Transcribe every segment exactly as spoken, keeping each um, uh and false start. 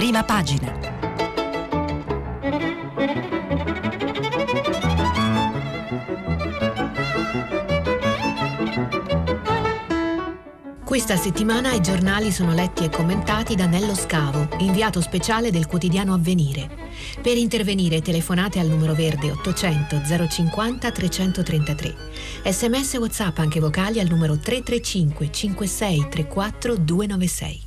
Prima pagina. Questa settimana i giornali sono letti e commentati da Nello Scavo, inviato speciale del quotidiano Avvenire. Per intervenire telefonate al numero verde ottocento zero cinquanta trecentotrentatré. Sms e WhatsApp anche vocali al numero tre tre cinque cinque sei tre quattro due nove sei.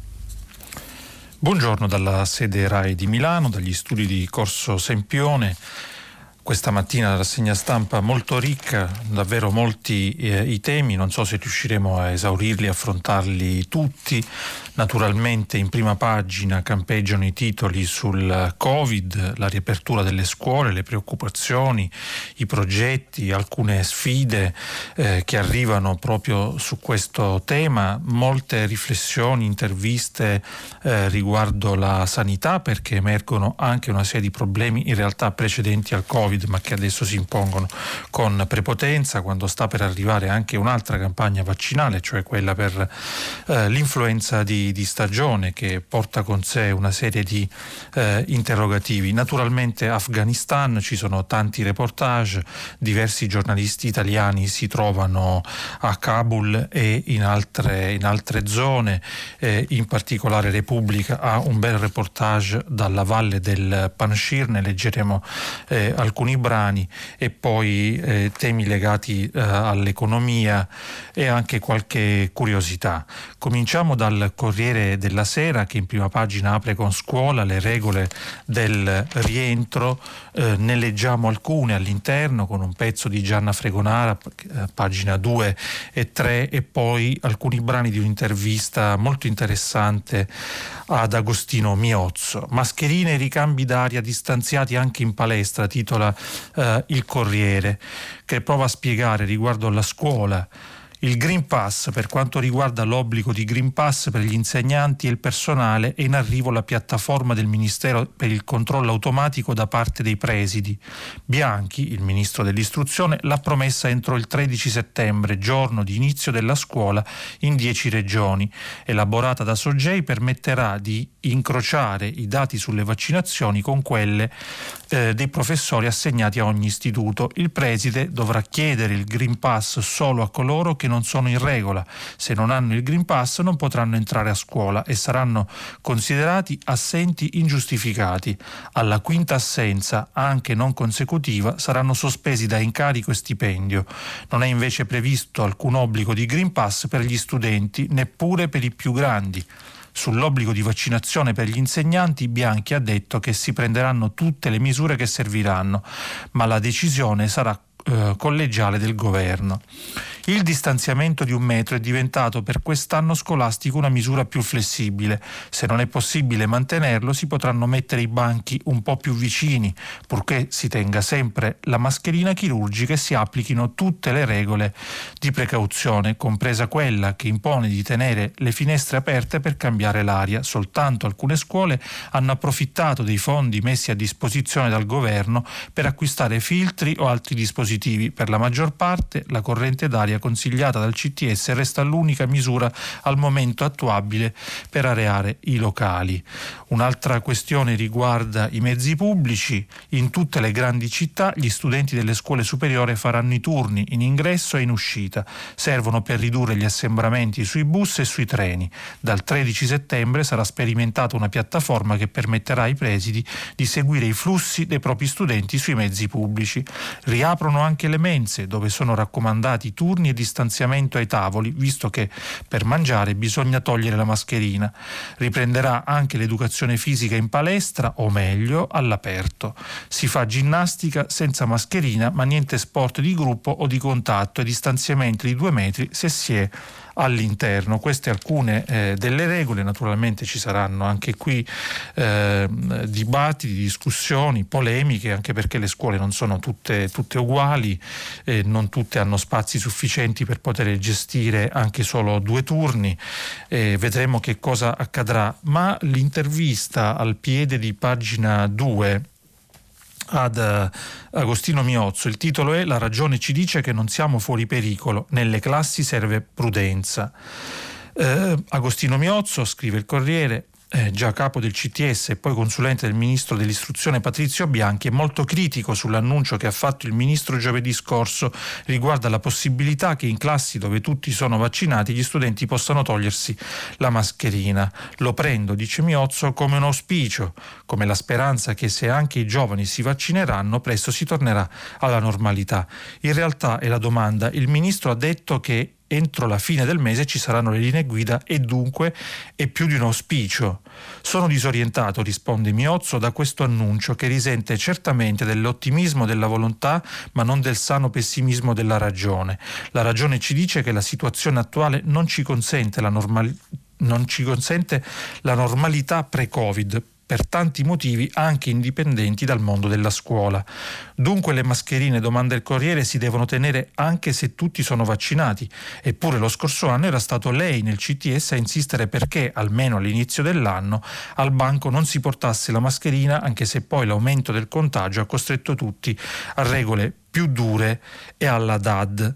Buongiorno dalla sede RAI di Milano, dagli studi di Corso Sempione. Questa mattina la rassegna stampa molto ricca, davvero molti eh, i temi, non so se riusciremo a esaurirli, affrontarli tutti. Naturalmente in prima pagina campeggiano i titoli sul Covid, la riapertura delle scuole, le preoccupazioni, i progetti, alcune sfide eh, che arrivano proprio su questo tema, molte riflessioni, interviste eh, riguardo la sanità, perché emergono anche una serie di problemi in realtà precedenti al Covid, ma che adesso si impongono con prepotenza, quando sta per arrivare anche un'altra campagna vaccinale, cioè quella per eh, l'influenza di di stagione, che porta con sé una serie di eh, interrogativi. Naturalmente Afghanistan, ci sono tanti reportage, diversi giornalisti italiani si trovano a Kabul e in altre, in altre zone, eh, in particolare Repubblica ha un bel reportage dalla valle del Panjshir, ne leggeremo eh, alcuni brani, e poi eh, temi legati eh, all'economia e anche qualche curiosità. Cominciamo dal Corriere della Sera, che in prima pagina apre con scuola, le regole del rientro, eh, ne leggiamo alcune all'interno con un pezzo di Gianna Fregonara, eh, pagina due e tre, e poi alcuni brani di un'intervista molto interessante ad Agostino Miozzo. Mascherine e ricambi d'aria distanziati anche in palestra, titola eh, il Corriere, che prova a spiegare riguardo alla scuola il Green Pass. Per quanto riguarda l'obbligo di Green Pass per gli insegnanti e il personale, è in arrivo la piattaforma del Ministero per il controllo automatico da parte dei presidi. Bianchi, il ministro dell'istruzione, l'ha promessa entro il tredici settembre, giorno di inizio della scuola in dieci regioni. Elaborata da Sogei, permetterà di incrociare i dati sulle vaccinazioni con quelle eh, dei professori assegnati a ogni istituto. Il preside dovrà chiedere il Green Pass solo a coloro che non sono in regola. Se non hanno il Green Pass non potranno entrare a scuola e saranno considerati assenti ingiustificati. Alla quinta assenza, anche non consecutiva, saranno sospesi da incarico e stipendio. Non è invece previsto alcun obbligo di Green Pass per gli studenti, neppure per i più grandi. Sull'obbligo di vaccinazione per gli insegnanti, Bianchi ha detto che si prenderanno tutte le misure che serviranno, ma la decisione sarà eh, collegiale del governo. Il distanziamento di un metro è diventato per quest'anno scolastico una misura più flessibile. Se non è possibile mantenerlo, si potranno mettere i banchi un po' più vicini, purché si tenga sempre la mascherina chirurgica e si applichino tutte le regole di precauzione, compresa quella che impone di tenere le finestre aperte per cambiare l'aria. Soltanto alcune scuole hanno approfittato dei fondi messi a disposizione dal governo per acquistare filtri o altri dispositivi. Per la maggior parte la corrente d'aria consigliata dal C T S resta l'unica misura al momento attuabile per areare i locali. Un'altra questione riguarda i mezzi pubblici. In tutte le grandi città gli studenti delle scuole superiori faranno i turni in ingresso e in uscita. Servono per ridurre gli assembramenti sui bus e sui treni. Dal tredici settembre sarà sperimentata una piattaforma che permetterà ai presidi di seguire i flussi dei propri studenti sui mezzi pubblici. Riaprono anche le mense, dove sono raccomandati turni e distanziamento ai tavoli, visto che per mangiare bisogna togliere la mascherina. Riprenderà anche l'educazione fisica in palestra, o meglio all'aperto. Si fa ginnastica senza mascherina, ma niente sport di gruppo o di contatto e distanziamenti di due metri se si è all'interno. Queste alcune eh, delle regole. Naturalmente ci saranno anche qui eh, dibattiti, discussioni, polemiche, anche perché le scuole non sono tutte, tutte uguali, eh, non tutte hanno spazi sufficienti per poter gestire anche solo due turni. Eh, vedremo che cosa accadrà, ma l'intervista al piede di pagina due ad uh, Agostino Miozzo, il titolo è "La ragione ci dice che non siamo fuori pericolo, nelle classi serve prudenza". Eh, Agostino Miozzo, scrive il Corriere, eh, già capo del C T S e poi consulente del ministro dell'istruzione Patrizio Bianchi, è molto critico sull'annuncio che ha fatto il ministro giovedì scorso riguardo alla possibilità che in classi dove tutti sono vaccinati gli studenti possano togliersi la mascherina. Lo prendo, dice Miozzo, come un auspicio, come la speranza che se anche i giovani si vaccineranno presto si tornerà alla normalità. In realtà è la domanda: il ministro ha detto che entro la fine del mese ci saranno le linee guida e dunque è più di un auspicio. Sono disorientato, risponde Miozzo, da questo annuncio che risente certamente dell'ottimismo della volontà ma non del sano pessimismo della ragione. La ragione ci dice che la situazione attuale non ci consente la, normal- non ci consente la normalità pre-Covid, per tanti motivi anche indipendenti dal mondo della scuola. Dunque le mascherine, domanda il Corriere, si devono tenere anche se tutti sono vaccinati. Eppure lo scorso anno era stato lei nel C T S a insistere perché, almeno all'inizio dell'anno, al banco non si portasse la mascherina, anche se poi l'aumento del contagio ha costretto tutti a regole più dure e alla D A D.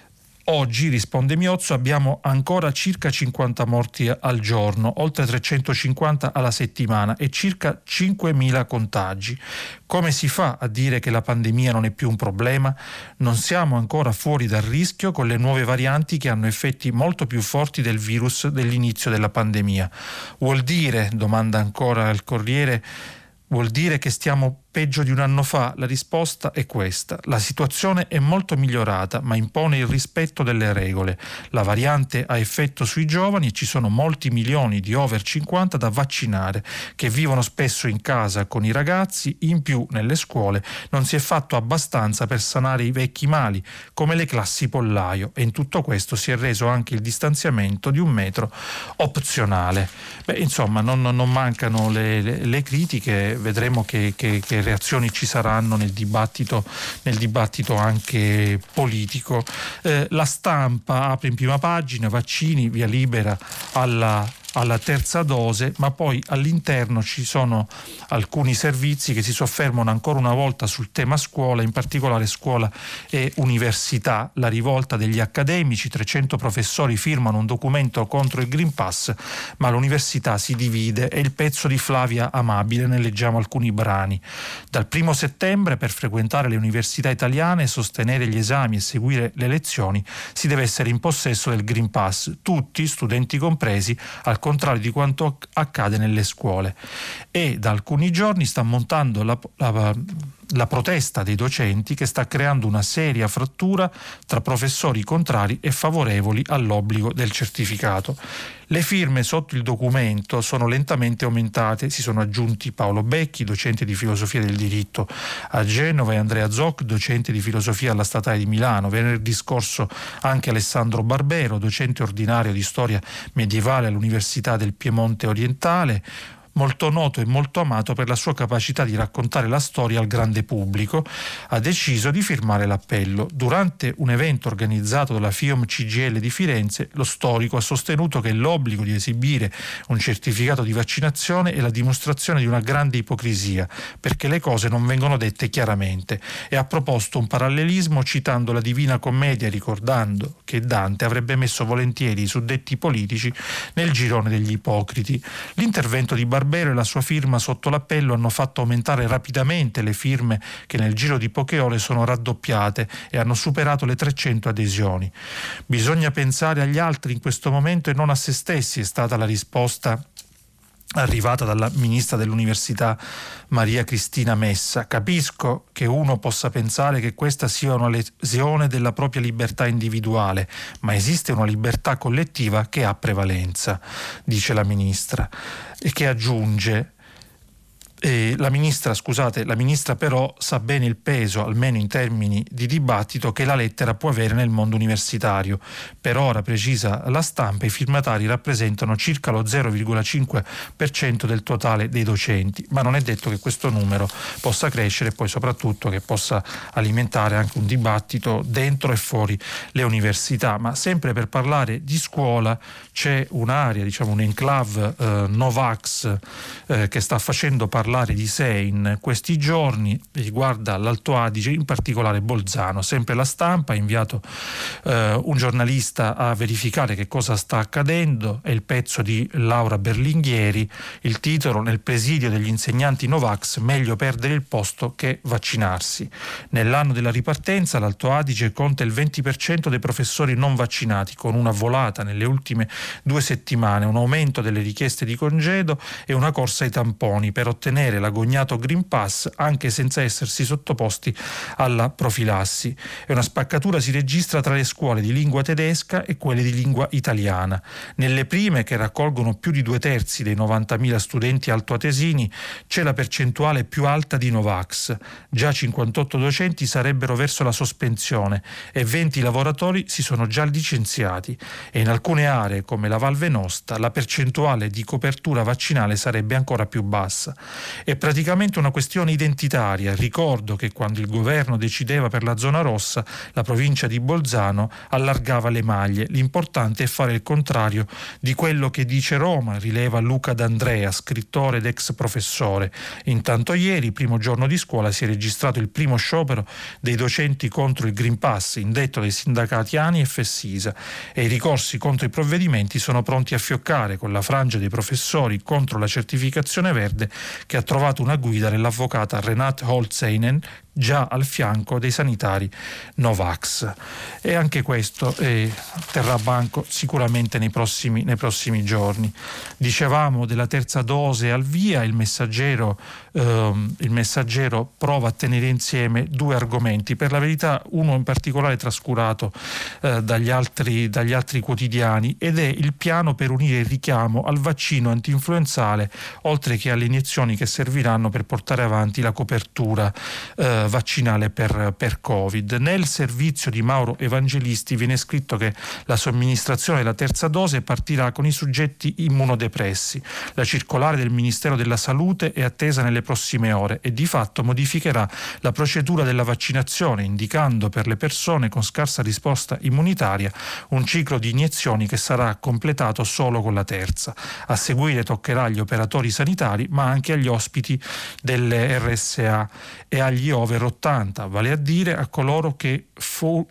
Oggi, risponde Miozzo, abbiamo ancora circa cinquanta morti al giorno, oltre trecentocinquanta alla settimana e circa cinquemila contagi. Come si fa a dire che la pandemia non è più un problema? Non siamo ancora fuori dal rischio con le nuove varianti che hanno effetti molto più forti del virus dell'inizio della pandemia. Vuol dire, domanda ancora il Corriere, vuol dire che stiamo peggio di un anno fa? La risposta è questa. La situazione è molto migliorata, ma impone il rispetto delle regole. La variante ha effetto sui giovani e ci sono molti milioni di over cinquanta da vaccinare, che vivono spesso in casa con i ragazzi. In più, nelle scuole non si è fatto abbastanza per sanare i vecchi mali, come le classi pollaio, e in tutto questo si è reso anche il distanziamento di un metro opzionale. Beh, insomma, non, non mancano le, le, le critiche, vedremo che, che, che reazioni ci saranno nel dibattito, nel dibattito anche politico. Eh, la Stampa apre in prima pagina: vaccini, via libera alla alla terza dose, ma poi all'interno ci sono alcuni servizi che si soffermano ancora una volta sul tema scuola, in particolare scuola e università. La rivolta degli accademici, trecento professori firmano un documento contro il Green Pass, ma l'università si divide. È il pezzo di Flavia Amabile, ne leggiamo alcuni brani. Dal primo settembre, per frequentare le università italiane, sostenere gli esami e seguire le lezioni, si deve essere in possesso del Green Pass, tutti, studenti compresi, al contrario di quanto accade nelle scuole. E da alcuni giorni sta montando la, la, la protesta dei docenti, che sta creando una seria frattura tra professori contrari e favorevoli all'obbligo del certificato. Le firme sotto il documento sono lentamente aumentate, si sono aggiunti Paolo Becchi, docente di filosofia del diritto a Genova, e Andrea Zoc, docente di filosofia alla Statale di Milano. Venerdì scorso anche Alessandro Barbero, docente ordinario di storia medievale all'Università del Piemonte Orientale, molto noto e molto amato per la sua capacità di raccontare la storia al grande pubblico, ha deciso di firmare l'appello. Durante un evento organizzato dalla FIOM C G I L di Firenze, lo storico ha sostenuto che l'obbligo di esibire un certificato di vaccinazione è la dimostrazione di una grande ipocrisia, perché le cose non vengono dette chiaramente, e ha proposto un parallelismo citando la Divina Commedia, ricordando che Dante avrebbe messo volentieri i suddetti politici nel girone degli ipocriti. L'intervento di Barbero e la sua firma sotto l'appello hanno fatto aumentare rapidamente le firme, che nel giro di poche ore sono raddoppiate e hanno superato le trecento adesioni. Bisogna pensare agli altri in questo momento e non a se stessi, è stata la risposta arrivata dalla ministra dell'Università Maria Cristina Messa. Capisco che uno possa pensare che questa sia una lesione della propria libertà individuale, ma esiste una libertà collettiva che ha prevalenza, dice la ministra, e che aggiunge: Eh, la ministra, scusate, la ministra però sa bene il peso, almeno in termini di dibattito, che la lettera può avere nel mondo universitario. Per ora, precisa la Stampa, i firmatari rappresentano circa lo zero virgola cinque per cento del totale dei docenti, ma non è detto che questo numero possa crescere e poi soprattutto che possa alimentare anche un dibattito dentro e fuori le università. Ma sempre per parlare di scuola c'è un'area, diciamo un enclave eh, Novax eh, che sta facendo parlare parlare di sé in questi giorni, riguarda l'Alto Adige, in particolare Bolzano. Sempre La Stampa ha inviato eh, un giornalista a verificare che cosa sta accadendo. È il pezzo di Laura Berlinghieri, il titolo: nel presidio degli insegnanti Novax, meglio perdere il posto che vaccinarsi. Nell'anno della ripartenza l'Alto Adige conta il venti per cento dei professori non vaccinati, con una volata nelle ultime due settimane, un aumento delle richieste di congedo e una corsa ai tamponi per ottenere l'agognato Green Pass anche senza essersi sottoposti alla profilassi. E una spaccatura si registra tra le scuole di lingua tedesca e quelle di lingua italiana. Nelle prime, che raccolgono più di due terzi dei novantamila studenti altoatesini, c'è la percentuale più alta di Novax. Già cinquantotto docenti sarebbero verso la sospensione e venti lavoratori si sono già licenziati. E in alcune aree, come la Val Venosta, la percentuale di copertura vaccinale sarebbe ancora più bassa. È praticamente una questione identitaria. Ricordo che quando il governo decideva per la zona rossa, la provincia di Bolzano allargava le maglie. L'importante è fare il contrario di quello che dice Roma, rileva Luca D'Andrea, scrittore ed ex professore. Intanto ieri, primo giorno di scuola, si è registrato il primo sciopero dei docenti contro il Green Pass, indetto dai sindacati ANI e Fessisa, e i ricorsi contro i provvedimenti sono pronti a fioccare, con la frangia dei professori contro la certificazione verde, che ha trovato una guida nell'avvocata Renate Holzeinen, già al fianco dei sanitari Novax. E anche questo eh, terrà banco sicuramente nei prossimi, nei prossimi giorni. Dicevamo della terza dose al via. Il Messaggero, ehm, il Messaggero prova a tenere insieme due argomenti, per la verità uno in particolare trascurato eh, dagli altri, dagli altri quotidiani, ed è il piano per unire il richiamo al vaccino antinfluenzale oltre che alle iniezioni che serviranno per portare avanti la copertura eh, vaccinale per, per Covid. Nel servizio di Mauro Evangelisti viene scritto che la somministrazione della terza dose partirà con i soggetti immunodepressi. La circolare del Ministero della Salute è attesa nelle prossime ore e di fatto modificherà la procedura della vaccinazione, indicando per le persone con scarsa risposta immunitaria un ciclo di iniezioni che sarà completato solo con la terza. A seguire toccherà agli operatori sanitari, ma anche agli ospiti delle R S A e agli over ottanta, vale a dire a coloro che fu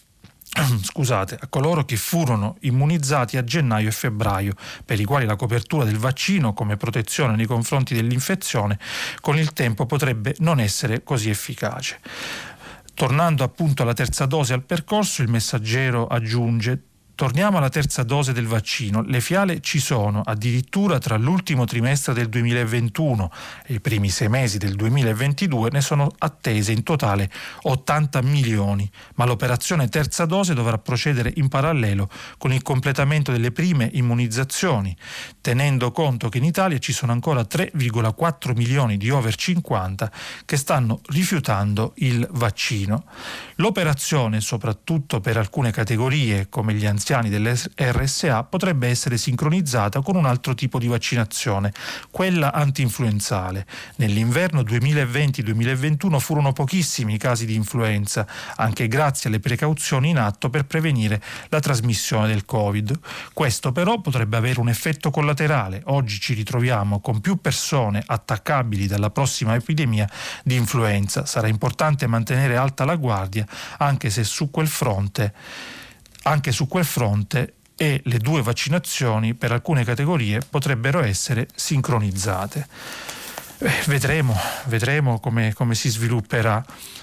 Scusate, a coloro che furono immunizzati a gennaio e febbraio, per i quali la copertura del vaccino come protezione nei confronti dell'infezione con il tempo potrebbe non essere così efficace. Tornando appunto alla terza dose e al percorso, il Messaggero aggiunge: torniamo alla terza dose del vaccino. Le fiale ci sono, addirittura tra l'ultimo trimestre del duemilaventuno e i primi sei mesi del duemilaventidue ne sono attese in totale ottanta milioni, ma l'operazione terza dose dovrà procedere in parallelo con il completamento delle prime immunizzazioni, tenendo conto che in Italia ci sono ancora tre virgola quattro milioni di over cinquanta che stanno rifiutando il vaccino. L'operazione, soprattutto per alcune categorie come gli anziani delle R S A, potrebbe essere sincronizzata con un altro tipo di vaccinazione, quella antinfluenzale. Nell'inverno duemilaventi duemilaventuno furono pochissimi i casi di influenza, anche grazie alle precauzioni in atto per prevenire la trasmissione del Covid. Questo però potrebbe avere un effetto collaterale. Oggi ci ritroviamo con più persone attaccabili dalla prossima epidemia di influenza. Sarà importante mantenere alta la guardia, anche se su quel fronte Anche su quel fronte e le due vaccinazioni per alcune categorie potrebbero essere sincronizzate. Eh, vedremo, vedremo come, come si svilupperà.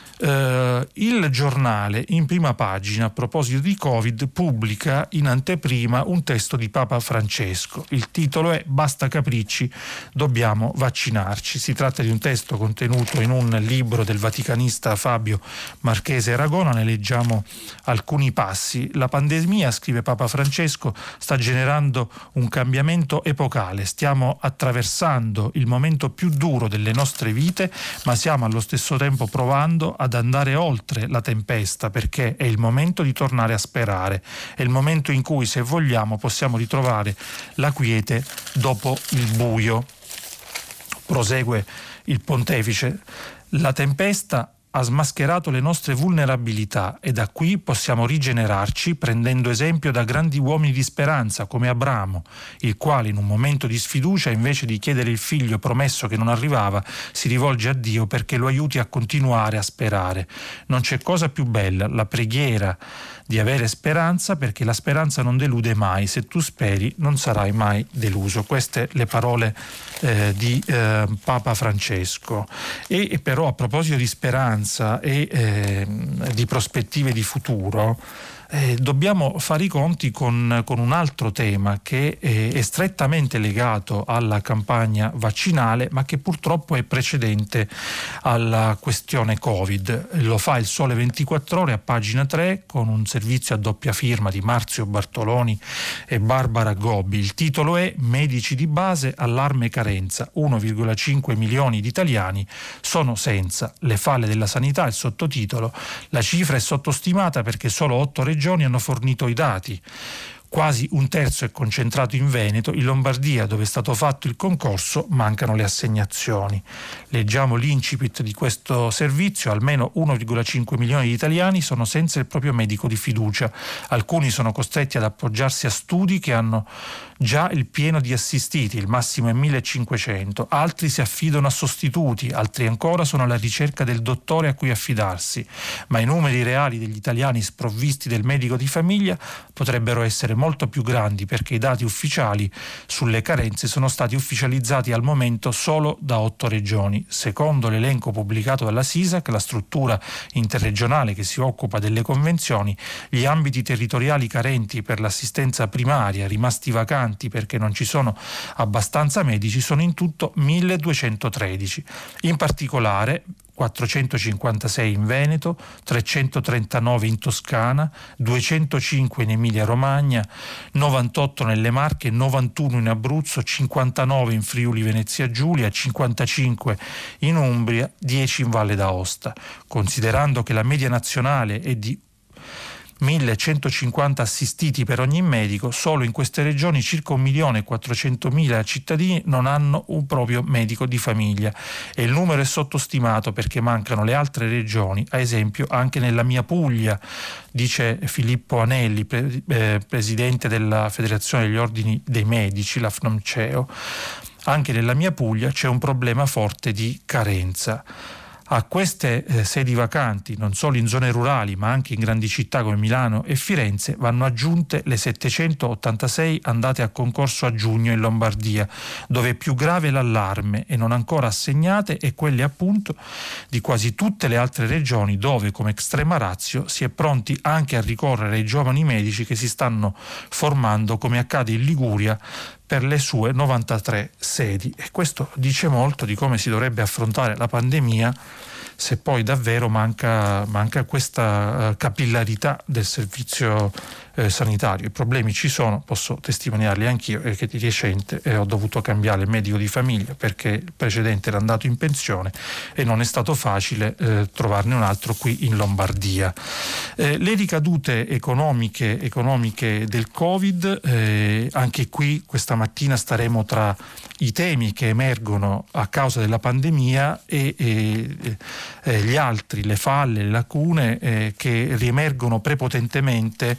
Uh, il giornale in prima pagina, a proposito di Covid, pubblica in anteprima un testo di Papa Francesco. Il titolo è "Basta capricci, dobbiamo vaccinarci". Si tratta di un testo contenuto in un libro del vaticanista Fabio Marchese Aragona. Ne leggiamo alcuni passi. La pandemia, scrive Papa Francesco, sta generando un cambiamento epocale. Stiamo attraversando il momento più duro delle nostre vite, ma stiamo allo stesso tempo provando ad andare oltre la tempesta, perché è il momento di tornare a sperare, è il momento in cui, se vogliamo, possiamo ritrovare la quiete dopo il buio. Prosegue il pontefice: la tempesta ha smascherato le nostre vulnerabilità e da qui possiamo rigenerarci prendendo esempio da grandi uomini di speranza come Abramo, il quale in un momento di sfiducia, invece di chiedere il figlio promesso che non arrivava, si rivolge a Dio perché lo aiuti a continuare a sperare. Non c'è cosa più bella, la preghiera di avere speranza, perché la speranza non delude mai, se tu speri non sarai mai deluso. Queste le parole eh, di eh, Papa Francesco. E, e però, a proposito di speranza e eh, di prospettive di futuro, Eh, dobbiamo fare i conti con, con un altro tema che è, è strettamente legato alla campagna vaccinale, ma che purtroppo è precedente alla questione Covid. Lo fa il Sole ventiquattro Ore a pagina tre con un servizio a doppia firma di Marzio Bartoloni e Barbara Gobbi. Il titolo è Medici di base, allarme carenza, uno virgola cinque milioni di italiani sono senza le falle della sanità. Il sottotitolo: la cifra è sottostimata perché solo otto regioni hanno fornito i dati. Quasi un terzo è concentrato in Veneto, in Lombardia, dove è stato fatto il concorso, mancano le assegnazioni. Leggiamo l'incipit di questo servizio: almeno uno virgola cinque milioni di italiani sono senza il proprio medico di fiducia. Alcuni sono costretti ad appoggiarsi a studi che hanno già il pieno di assistiti, il massimo è millecinquecento, altri si affidano a sostituti, altri ancora sono alla ricerca del dottore a cui affidarsi, ma i numeri reali degli italiani sprovvisti del medico di famiglia potrebbero essere molto più grandi, perché i dati ufficiali sulle carenze sono stati ufficializzati al momento solo da otto regioni. Secondo l'elenco pubblicato dalla SISAC, la struttura interregionale che si occupa delle convenzioni, gli ambiti territoriali carenti per l'assistenza primaria, rimasti vacanti perché non ci sono abbastanza medici, sono in tutto milleduecentotredici. In particolare quattrocentocinquantasei in Veneto, trecentotrentanove in Toscana, duecentocinque in Emilia Romagna, novantotto nelle Marche, novantuno in Abruzzo, cinquantanove in Friuli Venezia Giulia, cinquantacinque in Umbria, dieci in Valle d'Aosta. Considerando che la media nazionale è di millecentocinquanta assistiti per ogni medico, solo in queste regioni circa un milione e quattrocentomila cittadini non hanno un proprio medico di famiglia, e il numero è sottostimato perché mancano le altre regioni, ad esempio anche nella mia Puglia, dice Filippo Anelli, pre- eh, presidente della Federazione degli Ordini dei Medici, la FNOMCEO. Anche nella mia Puglia c'è un problema forte di carenza. A queste eh, sedi vacanti, non solo in zone rurali ma anche in grandi città come Milano e Firenze, vanno aggiunte le settecentottantasei andate a concorso a giugno in Lombardia, dove è più grave l'allarme, e non ancora assegnate e quelle appunto di quasi tutte le altre regioni, dove come extrema ratio si è pronti anche a ricorrere ai giovani medici che si stanno formando, come accade in Liguria per le sue novantatré sedi. E questo dice molto di come si dovrebbe affrontare la pandemia, se poi davvero manca, manca questa uh, capillarità del servizio eh, sanitario. I problemi ci sono, posso testimoniarli anch'io, e che di recente eh, ho dovuto cambiare il medico di famiglia perché il precedente era andato in pensione e non è stato facile eh, trovarne un altro qui in Lombardia. Eh, le ricadute economiche, economiche del Covid, eh, anche qui questa mattina staremo tra i temi che emergono a causa della pandemia e, e, e gli altri, le falle, le lacune eh, che riemergono prepotentemente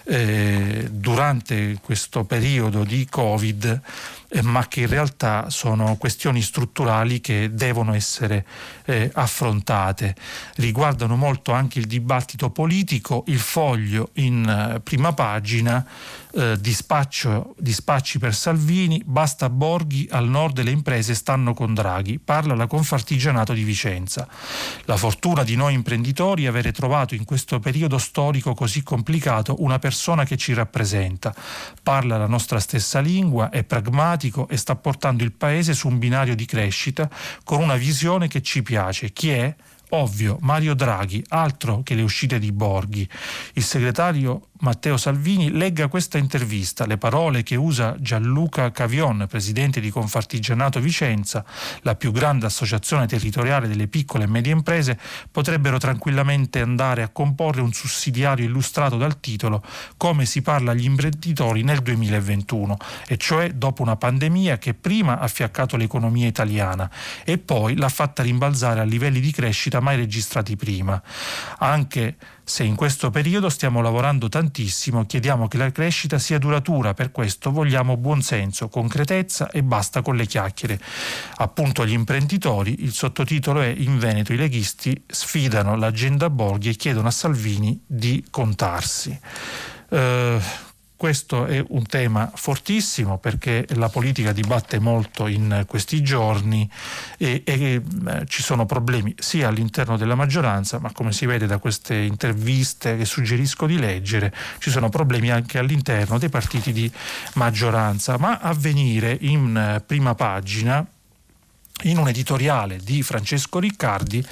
eh, durante questo periodo di Covid, eh, ma che in realtà sono questioni strutturali che devono essere eh, affrontate. Riguardano molto anche il dibattito politico. Il Foglio in eh, prima pagina, eh, dispaccio, dispacci per Salvini, basta Borghi, al nord le imprese stanno con Draghi, parla la Confartigianato di Vicenza. La fortuna di noi imprenditori è avere trovato in questo periodo storico così complicato una persona che ci rappresenta, parla la nostra stessa lingua, è pragmatico e sta portando il paese su un binario di crescita con una visione che ci piace. Chi è? Ovvio, Mario Draghi, altro che le uscite di Borghi. Il segretario Matteo Salvini legga questa intervista. Le parole che usa Gianluca Cavion, presidente di Confartigianato Vicenza, la più grande associazione territoriale delle piccole e medie imprese, potrebbero tranquillamente andare a comporre un sussidiario illustrato dal titolo "Come si parla agli imprenditori nel duemilaventuno", e cioè dopo una pandemia che prima ha fiaccato l'economia italiana e poi l'ha fatta rimbalzare a livelli di crescita mai registrati prima. Anche se in questo periodo stiamo lavorando tantissimo, chiediamo che la crescita sia duratura, per questo vogliamo buonsenso, concretezza e basta con le chiacchiere. Appunto gli imprenditori, il sottotitolo è "In Veneto i leghisti sfidano l'agenda Borghi e chiedono a Salvini di contarsi". Uh, Questo è un tema fortissimo perché la politica dibatte molto in questi giorni e, e eh, ci sono problemi sia all'interno della maggioranza, ma come si vede da queste interviste che suggerisco di leggere, ci sono problemi anche all'interno dei partiti di maggioranza. Ma Avvenire in eh, prima pagina, in un editoriale di Francesco Riccardi,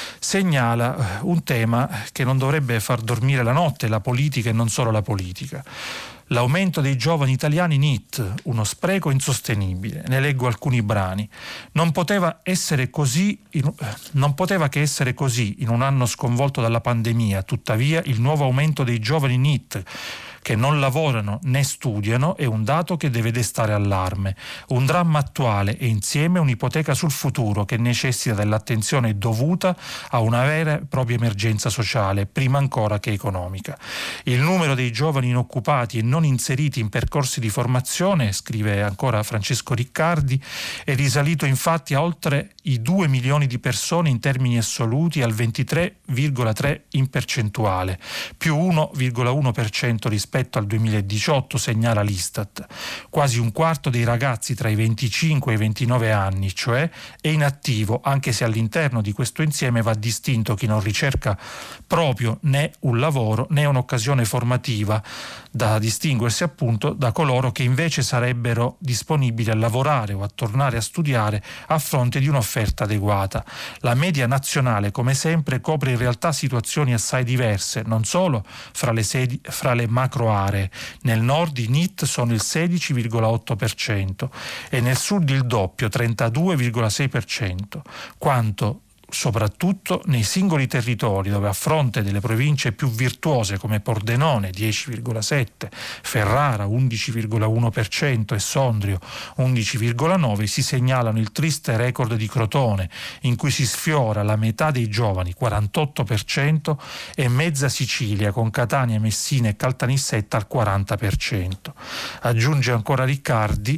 segnala un tema che non dovrebbe far dormire la notte la politica e non solo la politica. L'aumento dei giovani italiani N I T, uno spreco insostenibile. Ne leggo alcuni brani. Non poteva essere così, in, non poteva che essere così in un anno sconvolto dalla pandemia. Tuttavia il nuovo aumento dei giovani N I T che non lavorano né studiano è un dato che deve destare allarme. Un dramma attuale e insieme un'ipoteca sul futuro che necessita dell'attenzione dovuta a una vera e propria emergenza sociale, prima ancora che economica. Il numero dei giovani inoccupati e non inseriti in percorsi di formazione, scrive ancora Francesco Riccardi, è risalito infatti a oltre i due milioni di persone in termini assoluti, al ventitré virgola tre in percentuale, più uno virgola uno per cento rispetto al duemiladiciotto, segnala l'Istat. Quasi un quarto dei ragazzi tra i venticinque e i ventinove anni, cioè, è inattivo, anche se all'interno di questo insieme va distinto chi non ricerca proprio né un lavoro né un'occasione formativa, da distinguersi appunto da coloro che invece sarebbero disponibili a lavorare o a tornare a studiare a fronte di un'offerta adeguata. La media nazionale, come sempre, copre in realtà situazioni assai diverse, non solo fra le, sedi, fra le macro aree. Nel nord i N I T sono il sedici virgola otto per cento e nel sud il doppio, trentadue virgola sei per cento, quanto soprattutto nei singoli territori, dove a fronte delle province più virtuose come Pordenone dieci virgola sette, Ferrara undici virgola uno per cento e Sondrio undici virgola nove, si segnalano il triste record di Crotone, in cui si sfiora la metà dei giovani, quarantotto per cento, e mezza Sicilia con Catania, Messina e Caltanissetta al quaranta per cento. Aggiunge ancora Riccardi: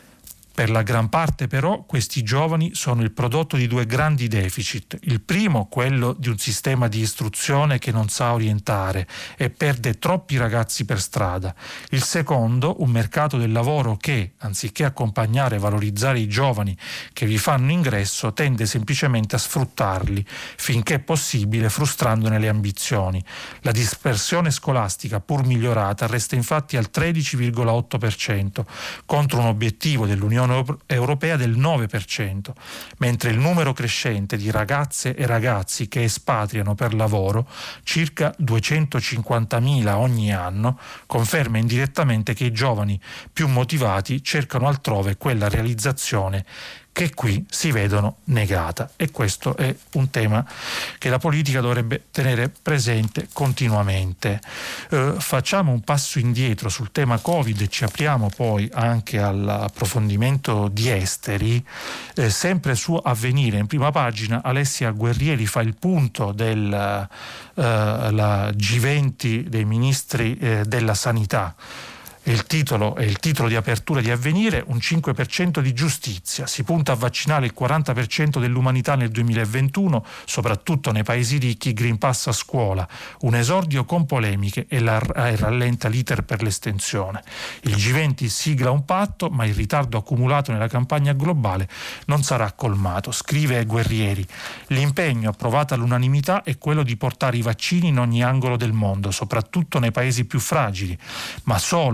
per la gran parte però questi giovani sono il prodotto di due grandi deficit. Il primo, quello di un sistema di istruzione che non sa orientare e perde troppi ragazzi per strada. Il secondo, un mercato del lavoro che, anziché accompagnare e valorizzare i giovani che vi fanno ingresso, tende semplicemente a sfruttarli, finché possibile frustrandone le ambizioni. La dispersione scolastica, pur migliorata, resta infatti al tredici virgola otto per cento, contro un obiettivo dell'Unione Europea del nove per cento, mentre il numero crescente di ragazze e ragazzi che espatriano per lavoro, circa duecentocinquantamila ogni anno, conferma indirettamente che i giovani più motivati cercano altrove quella realizzazione che qui si vedono negata, e questo è un tema che la politica dovrebbe tenere presente continuamente. Eh, facciamo un passo indietro sul tema Covid e ci apriamo poi anche all'approfondimento di esteri. Eh, sempre su Avvenire, in prima pagina, Alessia Guerrieri fa il punto del eh, la G venti dei ministri eh, della sanità. Il titolo è il titolo di apertura di Avvenire: un cinque per cento di giustizia. Si punta a vaccinare il quaranta per cento dell'umanità nel duemilaventuno, soprattutto nei paesi ricchi. Green Pass a scuola, un esordio con polemiche e, la, e rallenta l'iter per l'estensione. Il G venti sigla un patto, ma il ritardo accumulato nella campagna globale non sarà colmato. Scrive Guerrieri: l'impegno approvato all'unanimità è quello di portare i vaccini in ogni angolo del mondo, soprattutto nei paesi più fragili, ma solo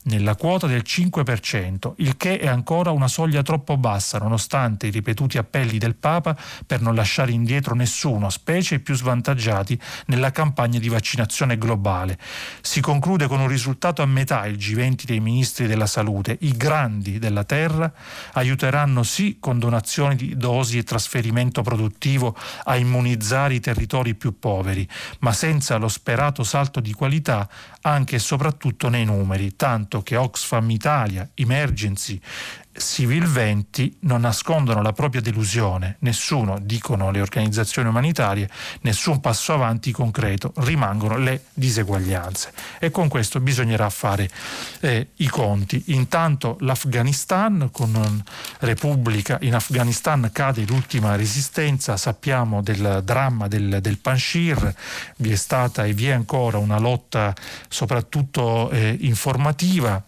nella quota del cinque per cento, il che è ancora una soglia troppo bassa nonostante i ripetuti appelli del Papa per non lasciare indietro nessuno, specie i più svantaggiati, nella campagna di vaccinazione globale. Si conclude con un risultato a metà il G venti dei ministri della salute. I grandi della terra aiuteranno sì con donazioni di dosi e trasferimento produttivo a immunizzare i territori più poveri, ma senza lo sperato salto di qualità anche e soprattutto nei numeri, tanto che Oxfam Italia, Emergency, Civil venti non nascondono la propria delusione. Nessuno, dicono le organizzazioni umanitarie, nessun passo avanti concreto, rimangono le diseguaglianze. E con questo bisognerà fare eh, i conti. Intanto l'Afghanistan, con Repubblica, in Afghanistan cade l'ultima resistenza, sappiamo del dramma del, del Panjshir, vi è stata e vi è ancora una lotta soprattutto eh, informativa,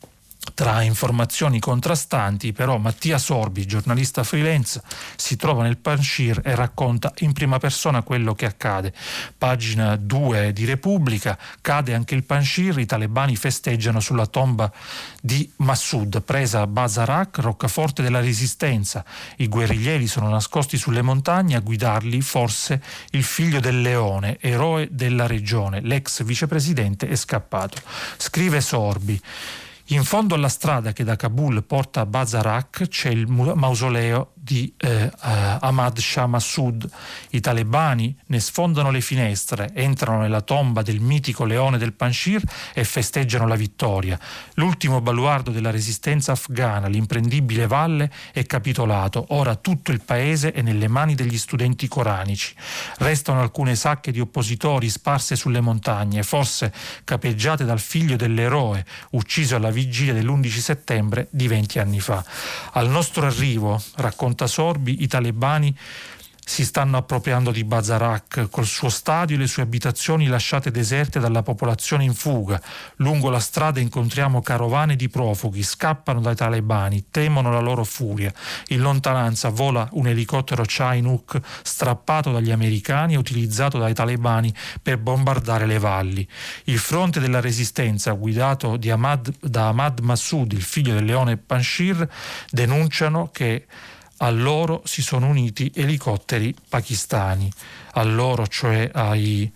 tra informazioni contrastanti, però Mattia Sorbi, giornalista freelance, si trova nel Panjshir e racconta in prima persona quello che accade. Pagina due di Repubblica: cade anche il Panjshir, i talebani festeggiano sulla tomba di Massoud, presa a Bazarak, roccaforte della resistenza. I guerriglieri sono nascosti sulle montagne, a guidarli forse il figlio del leone, eroe della regione. L'ex vicepresidente è scappato. Scrive Sorbi: in fondo alla strada che da Kabul porta a Bazarak c'è il mausoleo di eh, uh, Ahmad Shah Massoud. I talebani ne sfondano le finestre, entrano nella tomba del mitico leone del Panjshir e festeggiano la vittoria. L'ultimo baluardo della resistenza afghana, l'imprendibile valle, è capitolato. Ora tutto il paese è nelle mani degli studenti coranici. Restano alcune sacche di oppositori sparse sulle montagne, forse capeggiate dal figlio dell'eroe, ucciso alla vigilia dell'undici settembre di venti anni fa. Al nostro arrivo, racconta Sorbi, i talebani si stanno appropriando di Bazarak, col suo stadio e le sue abitazioni lasciate deserte dalla popolazione in fuga. Lungo la strada incontriamo carovane di profughi, scappano dai talebani, temono la loro furia. In lontananza vola un elicottero Chinook strappato dagli americani e utilizzato dai talebani per bombardare le valli. Il fronte della resistenza, guidato di Ahmad, da Ahmad Massoud, il figlio del leone Panjshir, denunciano che a loro si sono uniti elicotteri pakistani, a loro, cioè ai,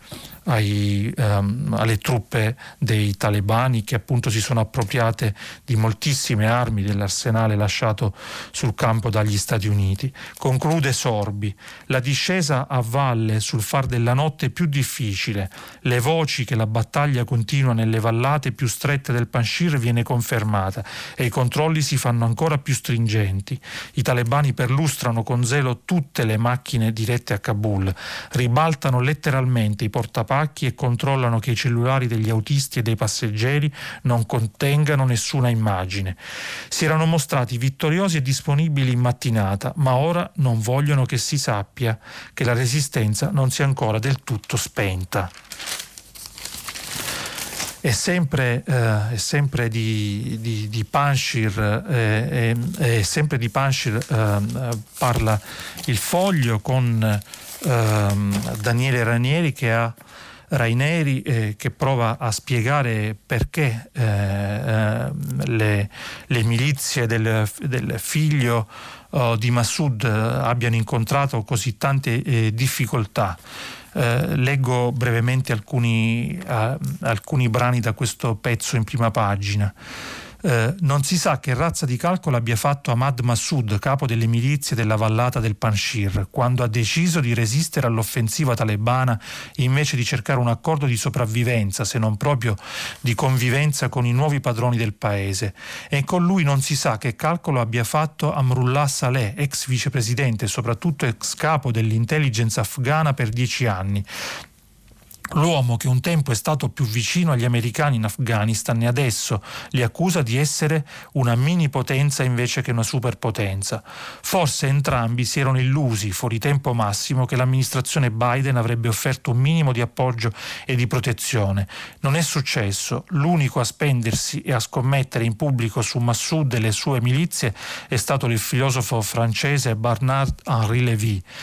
ai, um, alle truppe dei talebani, che appunto si sono appropriate di moltissime armi dell'arsenale lasciato sul campo dagli Stati Uniti. Conclude Sorbi: la discesa a valle sul far della notte è più difficile, le voci che la battaglia continua nelle vallate più strette del Panjshir viene confermata e i controlli si fanno ancora più stringenti. I talebani perlustrano con zelo tutte le macchine dirette a Kabul, ribaltano letteralmente i portapacchi e controllano che i cellulari degli autisti e dei passeggeri non contengano nessuna immagine. Si erano mostrati vittoriosi e disponibili in mattinata, ma ora non vogliono che si sappia che la resistenza non sia ancora del tutto spenta. È sempre, eh, è sempre di, di, di Panjshir, eh, è, è sempre di Panjshir eh, parla il Foglio con eh, Daniele Ranieri che ha Raineri eh, che prova a spiegare perché eh, eh, le, le milizie del, del figlio oh, di Massoud abbiano incontrato così tante eh, difficoltà. Eh, leggo brevemente alcuni, eh, alcuni brani da questo pezzo in prima pagina. Eh, non si sa che razza di calcolo abbia fatto Ahmad Massoud, capo delle milizie della vallata del Panjshir, quando ha deciso di resistere all'offensiva talebana invece di cercare un accordo di sopravvivenza, se non proprio di convivenza con i nuovi padroni del paese. E con lui non si sa che calcolo abbia fatto Amrullah Saleh, ex vicepresidente e soprattutto ex capo dell'intelligence afghana per dieci anni. L'uomo che un tempo è stato più vicino agli americani in Afghanistan e adesso li accusa di essere una mini potenza invece che una superpotenza. Forse entrambi si erano illusi, fuori tempo massimo, che l'amministrazione Biden avrebbe offerto un minimo di appoggio e di protezione. Non è successo. L'unico a spendersi e a scommettere in pubblico su Massoud e le sue milizie è stato il filosofo francese Bernard-Henri Lévy.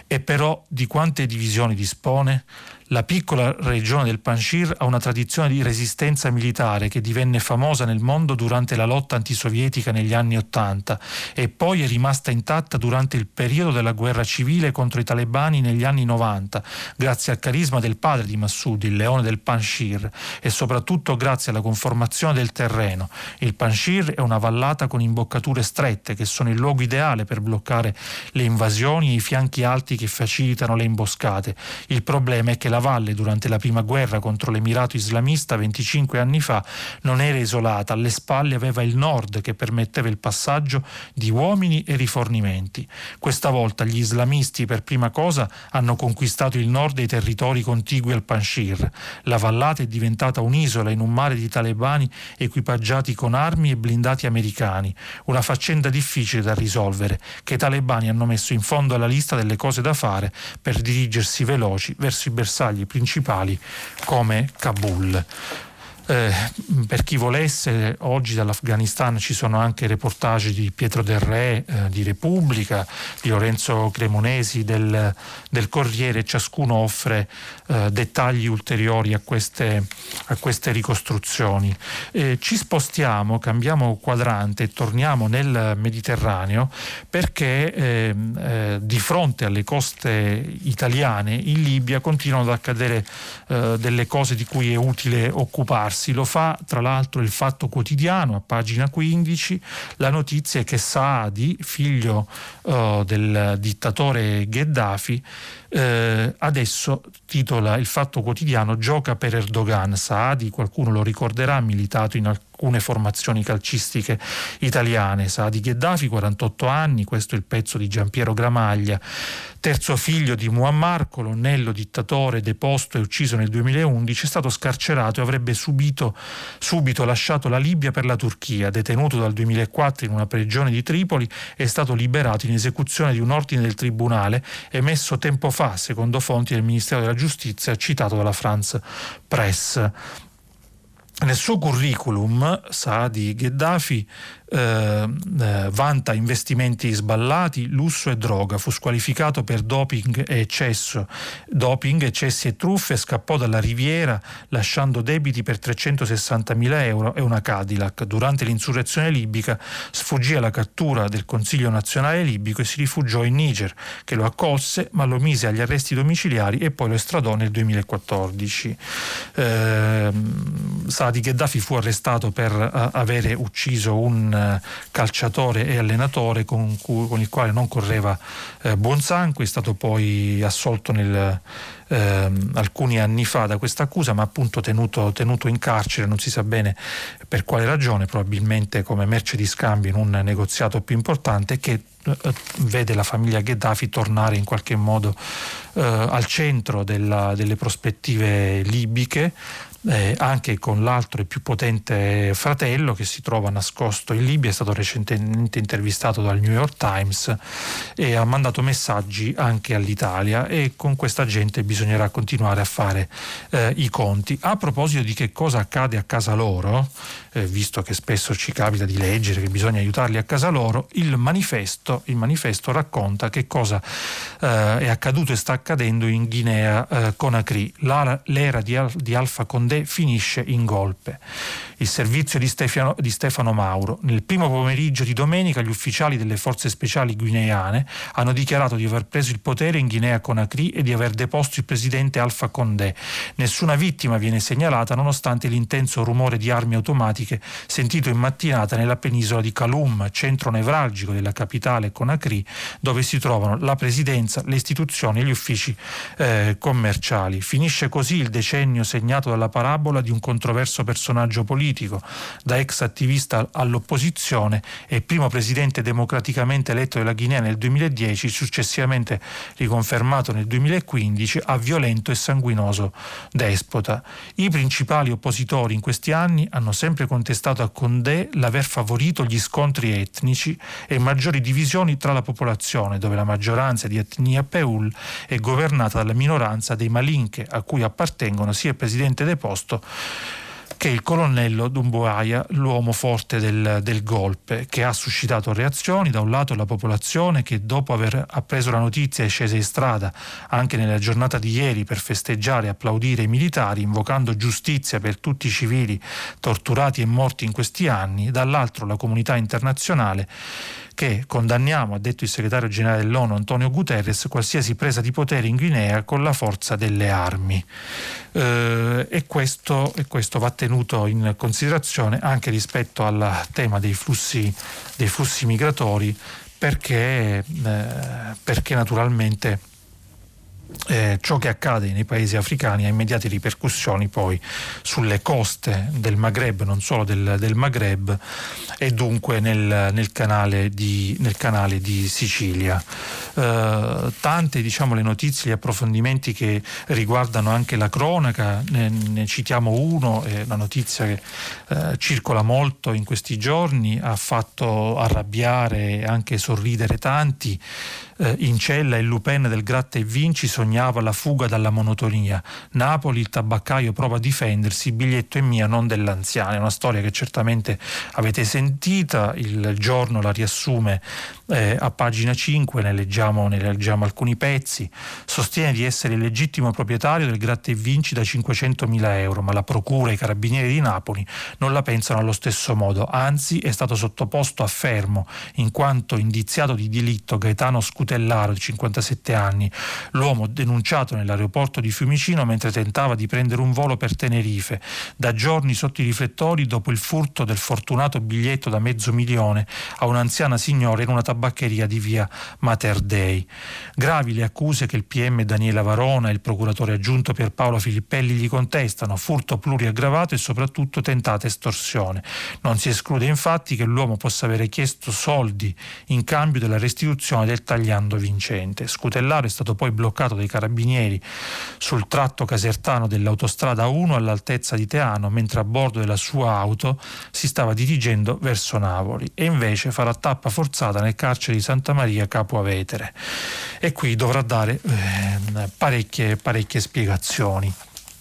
E però di quante divisioni dispone? La piccola regione del Panjshir ha una tradizione di resistenza militare che divenne famosa nel mondo durante la lotta antisovietica negli anni Ottanta e poi è rimasta intatta durante il periodo della guerra civile contro i talebani negli anni Novanta, grazie al carisma del padre di Massoud, il leone del Panjshir, e soprattutto grazie alla conformazione del terreno. Il Panjshir è una vallata con imboccature strette che sono il luogo ideale per bloccare le invasioni e i fianchi alti che facilitano le imboscate. Il problema è che la La valle durante la prima guerra contro l'Emirato Islamista venticinque anni fa non era isolata, alle spalle aveva il nord che permetteva il passaggio di uomini e rifornimenti. Questa volta gli islamisti per prima cosa hanno conquistato il nord e i territori contigui al Panjshir. La vallata è diventata un'isola in un mare di talebani equipaggiati con armi e blindati americani, una faccenda difficile da risolvere che i talebani hanno messo in fondo alla lista delle cose da fare per dirigersi veloci verso i bersagli principali come Kabul. Eh, per chi volesse, oggi dall'Afghanistan ci sono anche reportage di Pietro Del Re, eh, di Repubblica, di Lorenzo Cremonesi, del, del Corriere. Ciascuno offre eh, dettagli ulteriori a queste, a queste ricostruzioni. Eh, ci spostiamo, cambiamo quadrante e torniamo nel Mediterraneo perché eh, eh, di fronte alle coste italiane in Libia continuano ad accadere eh, delle cose di cui è utile occuparsi. Lo fa tra l'altro il Fatto Quotidiano a pagina quindici. La notizia è che Saadi, figlio uh, del dittatore Gheddafi, eh, adesso, titola il Fatto Quotidiano, gioca per Erdogan. Saadi, qualcuno lo ricorderà, ha militato in alcune formazioni calcistiche italiane. Saadi Gheddafi, quarantotto anni, questo è il pezzo di Giampiero Gramaglia, terzo figlio di Muammar, colonnello dittatore deposto e ucciso nel duemilaundici, è stato scarcerato e avrebbe subito, subito lasciato la Libia per la Turchia. Detenuto dal duemilaquattro in una prigione di Tripoli, è stato liberato in esecuzione di un ordine del tribunale emesso tempo fa, secondo fonti del Ministero della Giustizia, citato dalla France Press. Nel suo curriculum Saadi Gheddafi eh, eh, vanta investimenti sballati, lusso e droga, fu squalificato per doping e eccesso, doping, eccessi e truffe, scappò dalla Riviera lasciando debiti per trecentosessantamila euro e una Cadillac. Durante l'insurrezione libica sfuggì alla cattura del Consiglio nazionale libico e si rifugiò in Niger, che lo accolse ma lo mise agli arresti domiciliari e poi lo estradò nel duemilaquattordici. Eh, Saadi Gheddafi fu arrestato per uh, avere ucciso un uh, calciatore e allenatore con, cui, con il quale non correva uh, buon sangue. È stato poi assolto nel, uh, alcuni anni fa da questa accusa, ma appunto tenuto, tenuto in carcere, non si sa bene per quale ragione, probabilmente come merce di scambio in un negoziato più importante, che uh, vede la famiglia Gheddafi tornare in qualche modo uh, al centro della, delle prospettive libiche. Eh, anche con l'altro e più potente fratello che si trova nascosto in Libia. È stato recentemente intervistato dal New York Times e ha mandato messaggi anche all'Italia, e con questa gente bisognerà continuare a fare eh, i conti. A proposito di che cosa accade a casa loro, eh, visto che spesso ci capita di leggere che bisogna aiutarli a casa loro, il manifesto, il manifesto racconta che cosa eh, è accaduto e sta accadendo in Guinea eh, Conakry. La, l'era di, Al, di Alpha Condé finisce in golpe. Il servizio di Stefano, di Stefano Mauro. Nel primo pomeriggio di domenica gli ufficiali delle forze speciali guineane hanno dichiarato di aver preso il potere in Guinea Conakry e di aver deposto il presidente Alpha Condé. Nessuna vittima viene segnalata nonostante l'intenso rumore di armi automatiche sentito in mattinata nella penisola di Kaloum, centro nevralgico della capitale Conakry, dove si trovano la presidenza, le istituzioni e gli uffici eh, commerciali. Finisce così il decennio segnato dalla parabola di un controverso personaggio politico, da ex attivista all'opposizione e primo presidente democraticamente eletto della Guinea nel duemiladieci, successivamente riconfermato nel duemilaquindici, a violento e sanguinoso despota. I principali oppositori in questi anni hanno sempre contestato a Condé l'aver favorito gli scontri etnici e maggiori divisioni tra la popolazione, dove la maggioranza di etnia Peul è governata dalla minoranza dei Malinche, a cui appartengono sia il presidente deposto che è il colonnello Doumbouya, l'uomo forte del, del golpe, che ha suscitato reazioni. Da un lato la popolazione, che dopo aver appreso la notizia è scesa in strada anche nella giornata di ieri per festeggiare e applaudire i militari, invocando giustizia per tutti i civili torturati e morti in questi anni. Dall'altro la comunità internazionale, che condanniamo, ha detto il segretario generale dell'ONU Antonio Guterres, qualsiasi presa di potere in Guinea con la forza delle armi. Eh, e, questo, e questo va tenuto in considerazione anche rispetto al tema dei flussi, dei flussi migratori, perché, eh, perché naturalmente Eh, ciò che accade nei paesi africani ha immediate ripercussioni poi sulle coste del Maghreb, non solo del, del Maghreb, e dunque nel, nel, canale, di, nel canale di Sicilia. Eh, tante, diciamo, le notizie, gli approfondimenti che riguardano anche la cronaca, ne, ne citiamo uno, eh, una notizia che eh, circola molto in questi giorni, ha fatto arrabbiare e anche sorridere tanti. Eh, in cella il Lupin del Gratta e Vinci sognava la fuga dalla monotonia. Napoli, il tabaccaio prova a difendersi, il biglietto è mio, non dell'anziana. È una storia che certamente avete sentita. Il Giorno la riassume eh, a pagina cinque, ne leggiamo, ne leggiamo alcuni pezzi. Sostiene di essere il legittimo proprietario del Gratta e Vinci da cinquecentomila euro, ma la procura e i carabinieri di Napoli non la pensano allo stesso modo. Anzi, è stato sottoposto a fermo in quanto indiziato di delitto Gaetano Scutellaro, di cinquantasette anni, l'uomo denunciato nell'aeroporto di Fiumicino mentre tentava di prendere un volo per Tenerife, da giorni sotto i riflettori dopo il furto del fortunato biglietto da mezzo milione a un'anziana signora in una tabaccheria di via Mater Dei. Gravi le accuse che il P M Daniela Varona e il procuratore aggiunto Pierpaolo Filippelli gli contestano: furto pluriaggravato e soprattutto tentata estorsione. Non si esclude infatti che l'uomo possa avere chiesto soldi in cambio della restituzione del tagliando vincente. Scutellaro è stato poi bloccato dai carabinieri sul tratto casertano dell'autostrada uno all'altezza di Teano, mentre a bordo della sua auto si stava dirigendo verso Napoli, e invece farà tappa forzata nel carcere di Santa Maria Capua Vetere, e qui dovrà dare eh, parecchie, parecchie spiegazioni.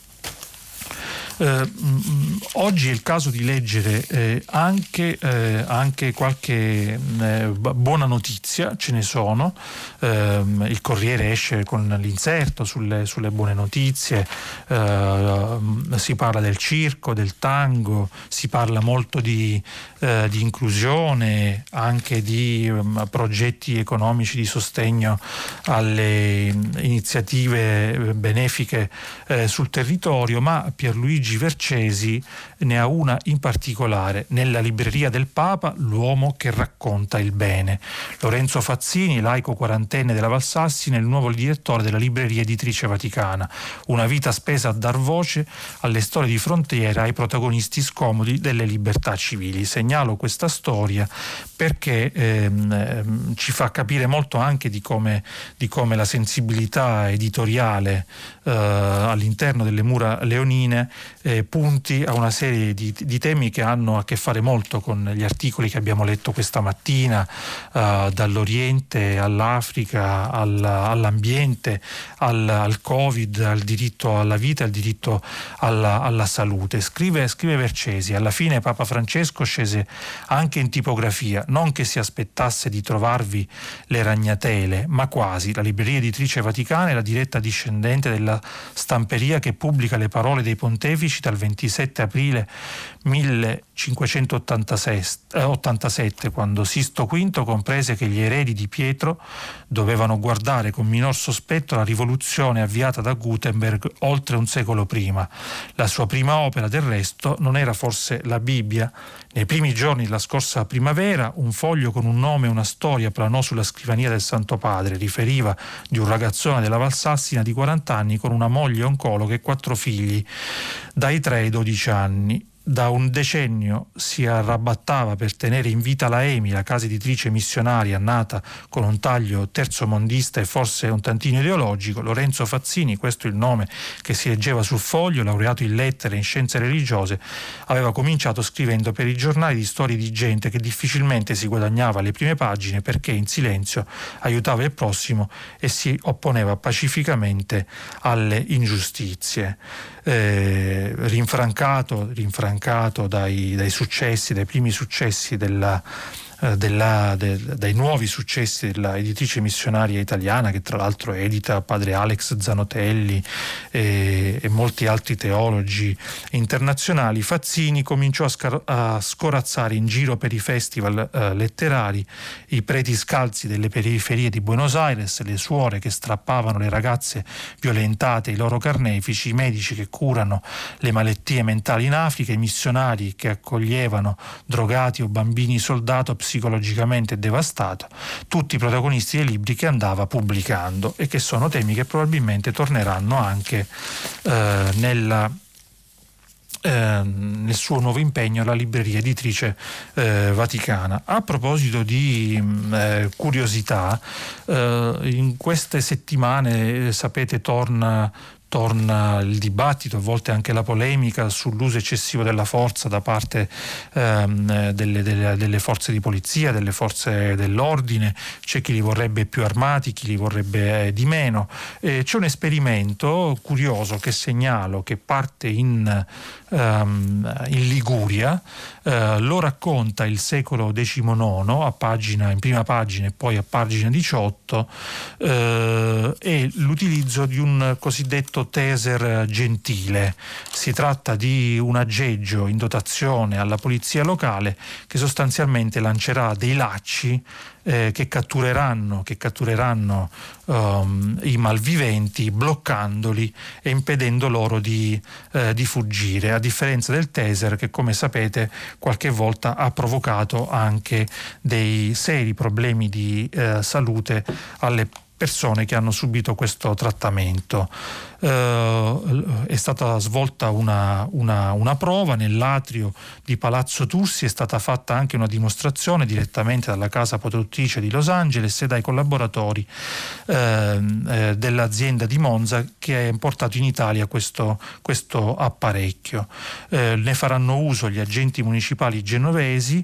Eh, oggi è il caso di leggere eh, anche, eh, anche qualche eh, buona notizia, ce ne sono. Eh, il Corriere esce con l'inserto sulle, sulle buone notizie, eh, si parla del circo, del tango, si parla molto di, eh, di inclusione, anche di um, progetti economici di sostegno alle iniziative benefiche eh, sul territorio, ma Pierluigi Vercesi ne ha una in particolare: nella libreria del Papa, l'uomo che racconta il bene. Lorenzo Fazzini, laico quarantenne della Valsassina, è il nuovo direttore della libreria editrice vaticana. Una vita spesa a dar voce alle storie di frontiera, ai protagonisti scomodi delle libertà civili. Segnalo questa storia perché ehm, ci fa capire molto anche di come, di come la sensibilità editoriale eh, all'interno delle mura leonine Eh, punti a una serie di, di temi che hanno a che fare molto con gli articoli che abbiamo letto questa mattina, eh, dall'Oriente all'Africa, al, all'ambiente, al, al Covid, al diritto alla vita, al diritto alla, alla salute. Scrive, scrive Vercesi: alla fine Papa Francesco scese anche in tipografia, non che si aspettasse di trovarvi le ragnatele, ma quasi. La libreria editrice vaticana è la diretta discendente della stamperia che pubblica le parole dei pontefici dal ventisette aprile millecinquecentottantasette, quando Sisto V comprese che gli eredi di Pietro dovevano guardare con minor sospetto la rivoluzione avviata da Gutenberg oltre un secolo prima. La sua prima opera, del resto, non era forse la Bibbia? Nei primi giorni della scorsa primavera un foglio con un nome e una storia planò sulla scrivania del Santo Padre. Riferiva di un ragazzone della Valsassina di quaranta anni con una moglie oncologa e quattro figli dai tre ai dodici anni. da un decennio si arrabattava per tenere in vita la EMI, la casa editrice missionaria nata con un taglio terzomondista e forse un tantino ideologico. Lorenzo Fazzini, questo è il nome che si leggeva sul foglio, laureato in lettere e in scienze religiose, aveva cominciato scrivendo per i giornali di storie di gente che difficilmente si guadagnava le prime pagine perché in silenzio aiutava il prossimo e si opponeva pacificamente alle ingiustizie. Eh, rinfrancato, rinfrancato dai, dai successi, dai primi successi della, eh, della, de, dai nuovi successi della editrice missionaria italiana, che tra l'altro edita padre Alex Zanotelli e, e molti altri teologi internazionali, Fazzini cominciò a, scar- a scorazzare in giro per i festival eh, letterari i preti scalzi delle periferie di Buenos Aires, le suore che strappavano le ragazze violentate ai loro carnefici, i medici che curano le malattie mentali in Africa, i missionari che accoglievano drogati o bambini soldato psicologicamente devastato, tutti i protagonisti dei libri che andava pubblicando e che sono temi che probabilmente torneranno anche eh, nella Eh, nel suo nuovo impegno alla libreria editrice eh, vaticana. A proposito di eh, curiosità, eh, in queste settimane eh, sapete torna torna il dibattito, a volte anche la polemica sull'uso eccessivo della forza da parte ehm, delle, delle, delle forze di polizia, delle forze dell'ordine. C'è chi li vorrebbe più armati, chi li vorrebbe eh, di meno. Eh, c'è un esperimento curioso che segnalo, che parte in, ehm, in Liguria, eh, lo racconta il secolo diciannove a pagina, in prima pagina e poi a pagina diciotto, eh, e l'utilizzo di un cosiddetto taser gentile. Si tratta di un aggeggio in dotazione alla polizia locale che sostanzialmente lancerà dei lacci eh, che cattureranno, che cattureranno um, i malviventi, bloccandoli e impedendo loro di, eh, di fuggire, a differenza del taser che, come sapete, qualche volta ha provocato anche dei seri problemi di eh, salute alle persone che hanno subito questo trattamento. Eh, è stata svolta una, una, una prova nell'atrio di Palazzo Tussi, è stata fatta anche una dimostrazione direttamente dalla casa produttrice di Los Angeles e dai collaboratori eh, eh, dell'azienda di Monza che ha importato in Italia questo, questo apparecchio. Eh, ne faranno uso gli agenti municipali genovesi.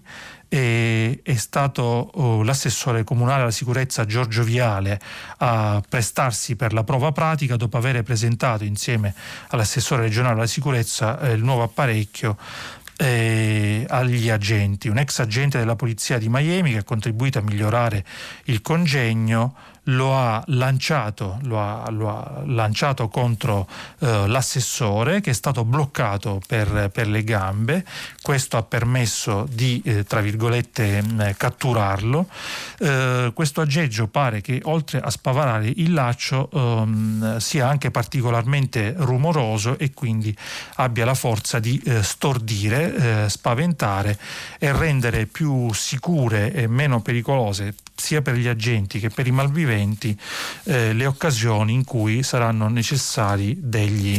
E è stato oh, l'assessore comunale alla sicurezza Giorgio Viale a prestarsi per la prova pratica dopo aver presentato insieme all'assessore regionale alla sicurezza eh, il nuovo apparecchio eh, agli agenti. Un ex agente della polizia di Miami che ha contribuito a migliorare il congegno lo ha lanciato, lo ha, lo ha lanciato contro eh, l'assessore, che è stato bloccato per, per le gambe. Questo ha permesso di eh, tra virgolette mh, catturarlo. Eh, questo aggeggio pare che oltre a spavarare il laccio ehm, sia anche particolarmente rumoroso e quindi abbia la forza di eh, stordire, eh, spaventare e rendere più sicure e meno pericolose sia per gli agenti che per i malviventi eh, le occasioni in cui saranno necessari degli,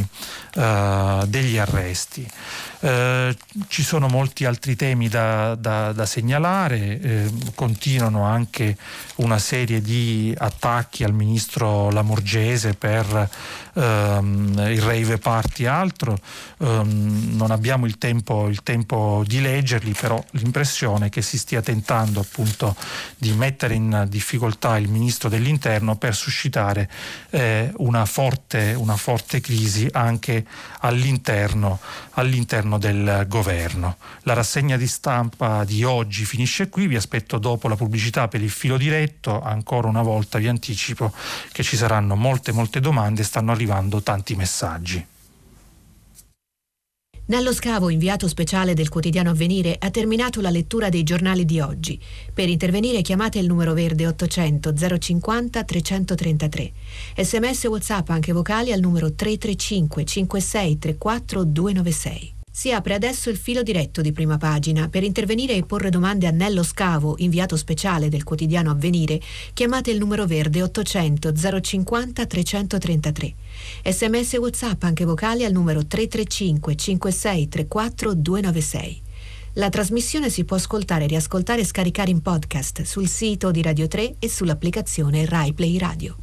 uh, degli arresti. Eh, ci sono molti altri temi da, da, da segnalare, eh, continuano anche una serie di attacchi al ministro Lamorgese per ehm, il rave party e altro. Um, non abbiamo il tempo, il tempo di leggerli, però l'impressione è che si stia tentando appunto di mettere in difficoltà il ministro dell'interno per suscitare eh, una forte, una forte crisi anche all'interno, all'interno del governo. La rassegna di stampa di oggi finisce qui, vi aspetto dopo la pubblicità per il filo diretto. Ancora una volta vi anticipo che ci saranno molte molte domande, stanno arrivando tanti messaggi. Nello scavo inviato speciale del quotidiano Avvenire ha terminato la lettura dei giornali di oggi. Per intervenire chiamate il numero verde ottocento zero cinquanta trecentotrentatré. Sms WhatsApp anche vocali al numero tre tre cinque cinque sei tre quattro due nove sei. Si apre adesso il filo diretto di Prima Pagina. Per intervenire e porre domande a Nello Scavo, inviato speciale del quotidiano Avvenire, chiamate il numero verde ottocento zero cinquanta trecentotrentatré. Sms e WhatsApp anche vocali al numero tre tre cinque cinque sei tre quattro due nove sei. La trasmissione si può ascoltare, riascoltare e scaricare in podcast sul sito di Radio tre e sull'applicazione Rai Play Radio.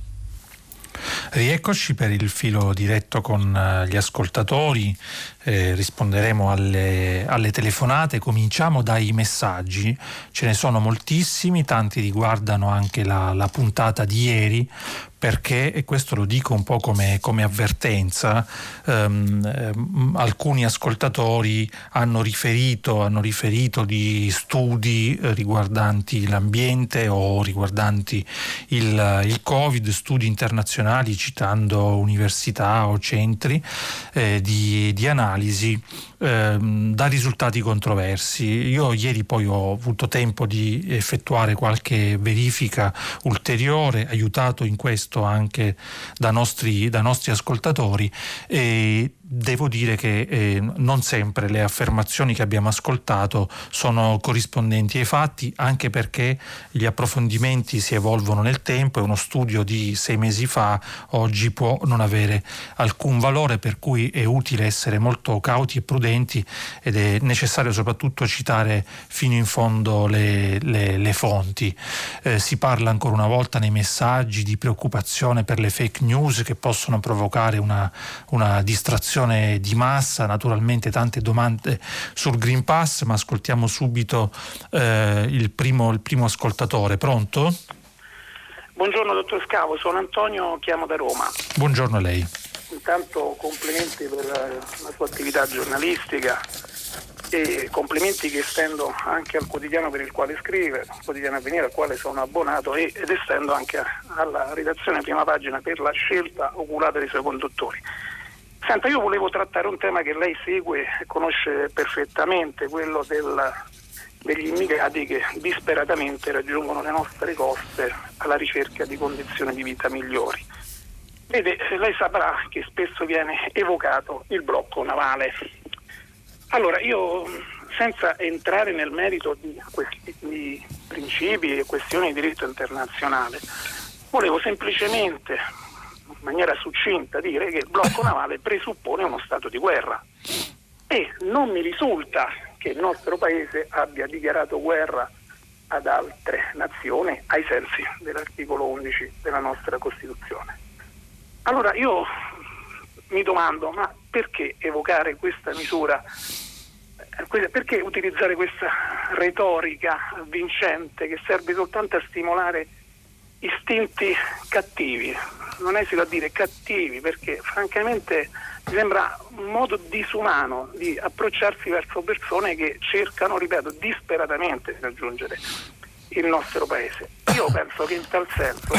Rieccoci per il filo diretto con gli ascoltatori, eh, risponderemo alle, alle telefonate. Cominciamo dai messaggi, ce ne sono moltissimi, tanti riguardano anche la, la puntata di ieri, perché, e questo lo dico un po' come, come avvertenza, ehm, ehm, alcuni ascoltatori hanno riferito, hanno riferito di studi eh, riguardanti l'ambiente o riguardanti il, il Covid, studi internazionali citando università o centri eh, di, di analisi ehm, da risultati controversi. Io ieri poi ho avuto tempo di effettuare qualche verifica ulteriore, aiutato in questo anche da nostri, da nostri ascoltatori, e devo dire che eh, non sempre le affermazioni che abbiamo ascoltato sono corrispondenti ai fatti, anche perché gli approfondimenti si evolvono nel tempo e uno studio di sei mesi fa oggi può non avere alcun valore, per cui è utile essere molto cauti e prudenti ed è necessario soprattutto citare fino in fondo le, le, le fonti. Eh, si parla ancora una volta nei messaggi di preoccupazione per le fake news che possono provocare una, una distrazione di massa, naturalmente tante domande sul Green Pass, ma ascoltiamo subito eh, il, primo, il primo ascoltatore. Pronto? Buongiorno dottor Scavo, sono Antonio, chiamo da Roma. Buongiorno a lei. Intanto complimenti per la, la sua attività giornalistica e complimenti che estendo anche al quotidiano per il quale scrive, il quotidiano Avvenire al quale sono abbonato, e, ed estendo anche alla redazione Prima Pagina per la scelta oculata dei suoi conduttori. Senta, io volevo trattare un tema che lei segue e conosce perfettamente, quello del, degli immigrati che disperatamente raggiungono le nostre coste alla ricerca di condizioni di vita migliori. Vede, lei saprà che spesso viene evocato il blocco navale. Allora, io, senza entrare nel merito di questi di principi e questioni di diritto internazionale, volevo semplicemente, in maniera succinta, dire che il blocco navale presuppone uno stato di guerra e non mi risulta che il nostro paese abbia dichiarato guerra ad altre nazioni ai sensi dell'articolo undici della nostra Costituzione. Allora io mi domando, ma perché evocare questa misura, perché utilizzare questa retorica vincente che serve soltanto a stimolare istinti cattivi? Non esito a dire cattivi, perché francamente mi sembra un modo disumano di approcciarsi verso persone che cercano, ripeto, disperatamente di raggiungere il nostro paese. Io penso che in tal senso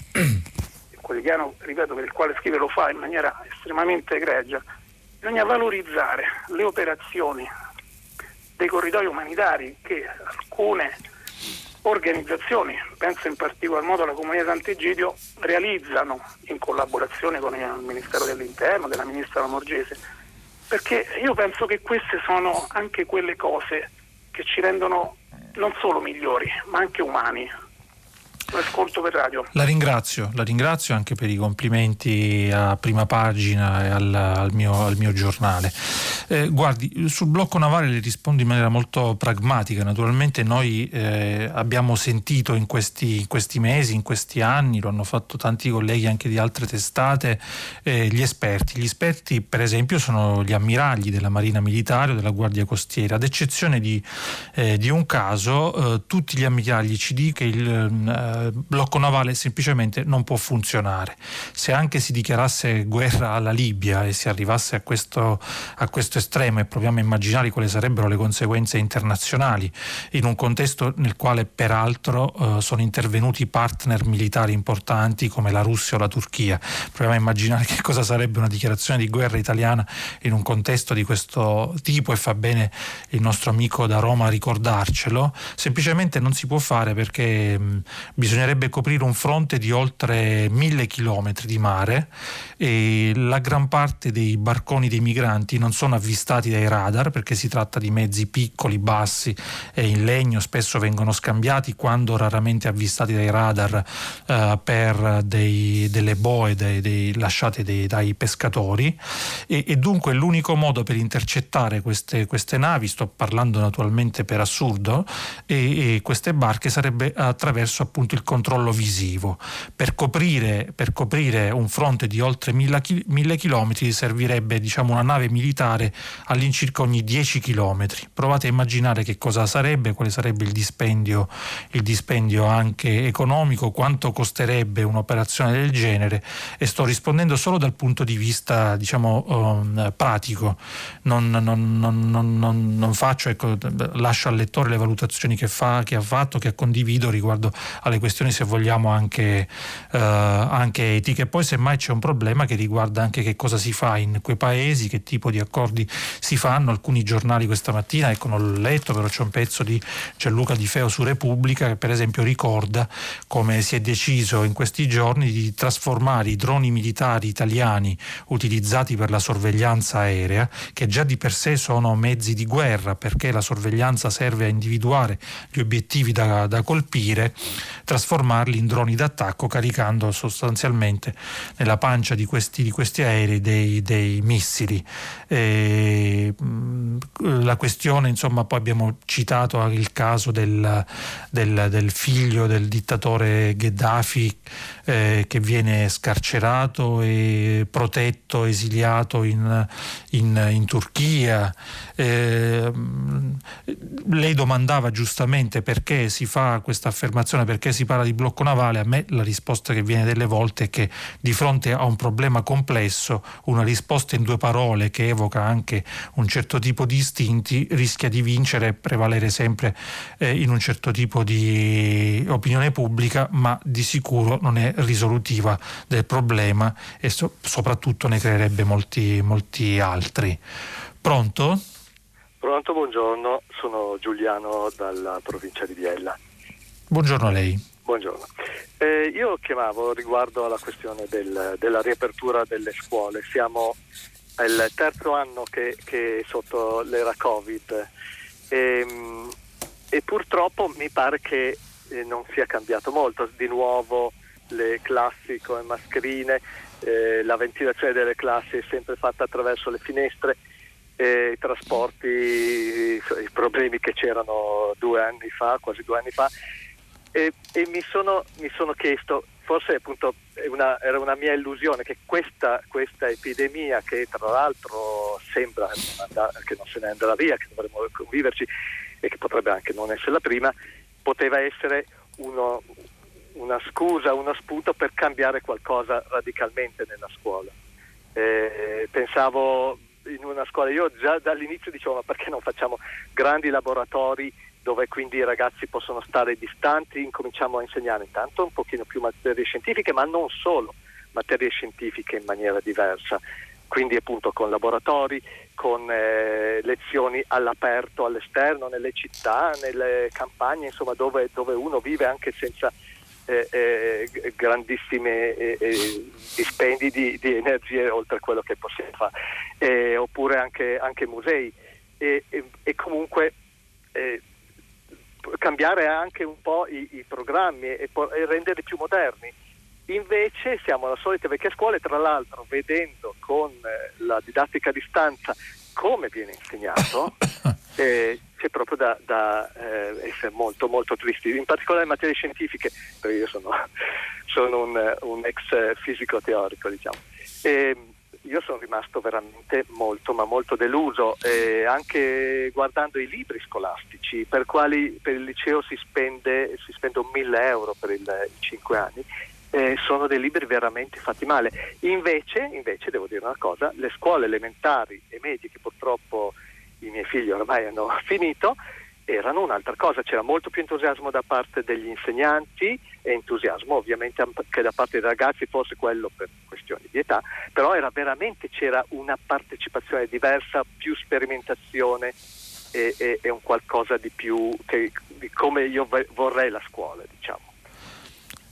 il quotidiano, ripeto, per il quale scrive lo fa in maniera estremamente egregia, bisogna valorizzare le operazioni dei corridoi umanitari che alcune organizzazioni, penso in particolar modo alla Comunità Sant'Egidio, realizzano in collaborazione con il Ministero dell'Interno, della ministra Lamorgese, perché io penso che queste sono anche quelle cose che ci rendono non solo migliori, ma anche umani. L'ascolto per radio. La ringrazio, la ringrazio anche per i complimenti a Prima Pagina e al, al, mio, al mio giornale. Eh, guardi, sul blocco navale le rispondo in maniera molto pragmatica. Naturalmente noi eh, abbiamo sentito in questi, in questi mesi, in questi anni, lo hanno fatto tanti colleghi anche di altre testate, eh, gli esperti. Gli esperti per esempio sono gli ammiragli della Marina Militare o della Guardia Costiera. Ad eccezione di, eh, di un caso, eh, tutti gli ammiragli ci dicono che il eh, blocco navale semplicemente non può funzionare. Se anche si dichiarasse guerra alla Libia e si arrivasse a questo, a questo estremo, e proviamo a immaginare quali sarebbero le conseguenze internazionali in un contesto nel quale peraltro eh, sono intervenuti partner militari importanti come la Russia o la Turchia, proviamo a immaginare che cosa sarebbe una dichiarazione di guerra italiana in un contesto di questo tipo, e fa bene il nostro amico da Roma a ricordarcelo. Semplicemente non si può fare, perché mh, bisogna bisognerebbe coprire un fronte di oltre mille chilometri di mare e la gran parte dei barconi dei migranti non sono avvistati dai radar, perché si tratta di mezzi piccoli, bassi e in legno, spesso vengono scambiati quando raramente avvistati dai radar eh, per dei, delle boe dei, dei, lasciate dei, dai pescatori e, e dunque l'unico modo per intercettare queste, queste navi, sto parlando naturalmente per assurdo, e, e queste barche sarebbe attraverso appunto il controllo visivo. Per coprire, per coprire un fronte di oltre mille, mille chilometri servirebbe, diciamo, una nave militare all'incirca ogni dieci chilometri. Provate a immaginare che cosa sarebbe, quale sarebbe il dispendio, il dispendio anche economico, quanto costerebbe un'operazione del genere, e sto rispondendo solo dal punto di vista, diciamo, um, pratico. Non, non, non, non, non faccio, ecco, lascio al lettore le valutazioni che fa, che ha fatto, che condivido riguardo alle questioni, se vogliamo, anche, uh, anche etiche. Poi semmai c'è un problema che riguarda anche che cosa si fa in quei paesi, che tipo di accordi si fanno. Alcuni giornali questa mattina, ecco, non l'ho letto, però c'è un pezzo di Gianluca Di Feo su Repubblica che per esempio ricorda come si è deciso in questi giorni di trasformare i droni militari italiani utilizzati per la sorveglianza aerea, che già di per sé sono mezzi di guerra perché la sorveglianza serve a individuare gli obiettivi da, da colpire, trasformarli in droni d'attacco caricando sostanzialmente nella pancia di questi, di questi aerei dei, dei missili. E, mh, la questione, insomma, poi abbiamo citato il caso del, del, del figlio del dittatore Gheddafi eh, che viene scarcerato e protetto, esiliato in, in, in Turchia. Eh, lei domandava giustamente perché si fa questa affermazione, perché si parla di blocco navale. A me la risposta che viene delle volte è che di fronte a un problema complesso una risposta in due parole che evoca anche un certo tipo di istinti rischia di vincere e prevalere sempre eh, in un certo tipo di opinione pubblica, ma di sicuro non è risolutiva del problema e so- soprattutto ne creerebbe molti, molti altri. Pronto? Pronto, buongiorno, sono Giuliano dalla provincia di Biella. Buongiorno a lei. Buongiorno. Eh, io chiamavo riguardo alla questione del, della riapertura delle scuole. Siamo al terzo anno che, che sotto l'era Covid e, e purtroppo mi pare che eh, non sia cambiato molto. Di nuovo le classi con mascherine, eh, la ventilazione delle classi è sempre fatta attraverso le finestre. E i trasporti, i problemi che c'erano due anni fa, quasi due anni fa, e, e mi sono mi sono chiesto, forse appunto è una, era una mia illusione, che questa, questa epidemia, che tra l'altro sembra non andare, che non se ne andrà via, che dovremmo conviverci e che potrebbe anche non essere la prima, poteva essere uno, una scusa, uno spunto per cambiare qualcosa radicalmente nella scuola. Eh, pensavo in una scuola, io già dall'inizio dicevo, ma perché non facciamo grandi laboratori dove quindi i ragazzi possono stare distanti, incominciamo a insegnare intanto un pochino più materie scientifiche, ma non solo materie scientifiche in maniera diversa, quindi appunto con laboratori, con eh, lezioni all'aperto, all'esterno, nelle città, nelle campagne, insomma dove, dove uno vive anche senza Eh, eh, grandissime eh, eh, dispendi di, di energie oltre a quello che possiamo fare, eh, oppure anche, anche musei e, e, e comunque eh, cambiare anche un po' i, i programmi e, e renderli più moderni. Invece siamo alla solita vecchia scuola e tra l'altro vedendo con eh, la didattica a distanza come viene insegnato eh, c'è proprio da, da eh, essere molto molto tristi, in particolare in materie scientifiche, perché io sono, sono un, un ex fisico teorico, diciamo. E io sono rimasto veramente molto ma molto deluso, eh, anche guardando i libri scolastici per quali per il liceo si spende si spende un mille euro per il, i cinque anni. Eh, sono dei libri veramente fatti male. Invece, invece devo dire una cosa, le scuole elementari e medie, che purtroppo i miei figli ormai hanno finito, erano un'altra cosa. C'era molto più entusiasmo da parte degli insegnanti e entusiasmo ovviamente anche da parte dei ragazzi, forse quello per questioni di età, però era veramente, c'era una partecipazione diversa, più sperimentazione e, e, e un qualcosa di più che, di come io vorrei la scuola, diciamo.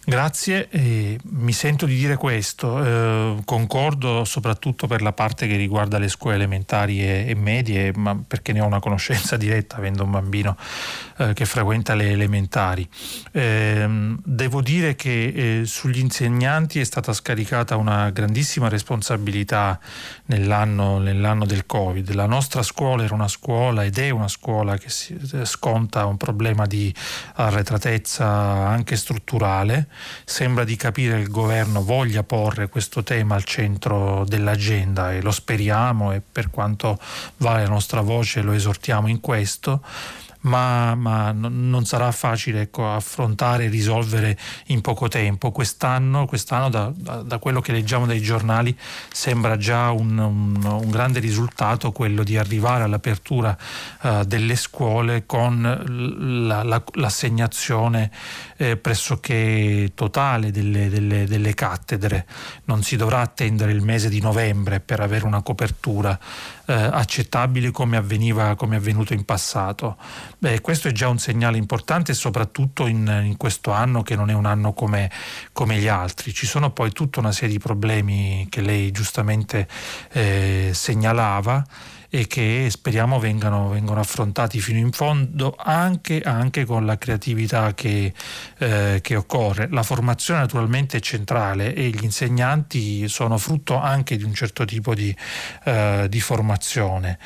Grazie, eh, mi sento di dire questo, eh, concordo soprattutto per la parte che riguarda le scuole elementari e, e medie, ma perché ne ho una conoscenza diretta avendo un bambino eh, che frequenta le elementari. Eh, devo dire che eh, sugli insegnanti è stata scaricata una grandissima responsabilità nell'anno, nell'anno del Covid. La nostra scuola era una scuola ed è una scuola che si, sconta un problema di arretratezza anche strutturale. Sembra di capire che il governo voglia porre questo tema al centro dell'agenda e lo speriamo, e per quanto vale la nostra voce lo esortiamo in questo. Ma, ma non sarà facile, ecco, affrontare e risolvere in poco tempo. Quest'anno, quest'anno da, da, da quello che leggiamo dai giornali, sembra già un, un, un grande risultato quello di arrivare all'apertura uh, delle scuole con la, la, l'assegnazione eh, pressoché totale delle, delle, delle cattedre. Non si dovrà attendere il mese di novembre per avere una copertura eh, accettabile come avveniva, come è avvenuto in passato. Beh, questo è già un segnale importante, soprattutto in, in questo anno che non è un anno come, come gli altri. Ci sono poi tutta una serie di problemi che lei giustamente eh, segnalava e che speriamo vengano, vengano affrontati fino in fondo, anche, anche con la creatività che, eh, che occorre. La formazione naturalmente è centrale e gli insegnanti sono frutto anche di un certo tipo di, eh, di formazione,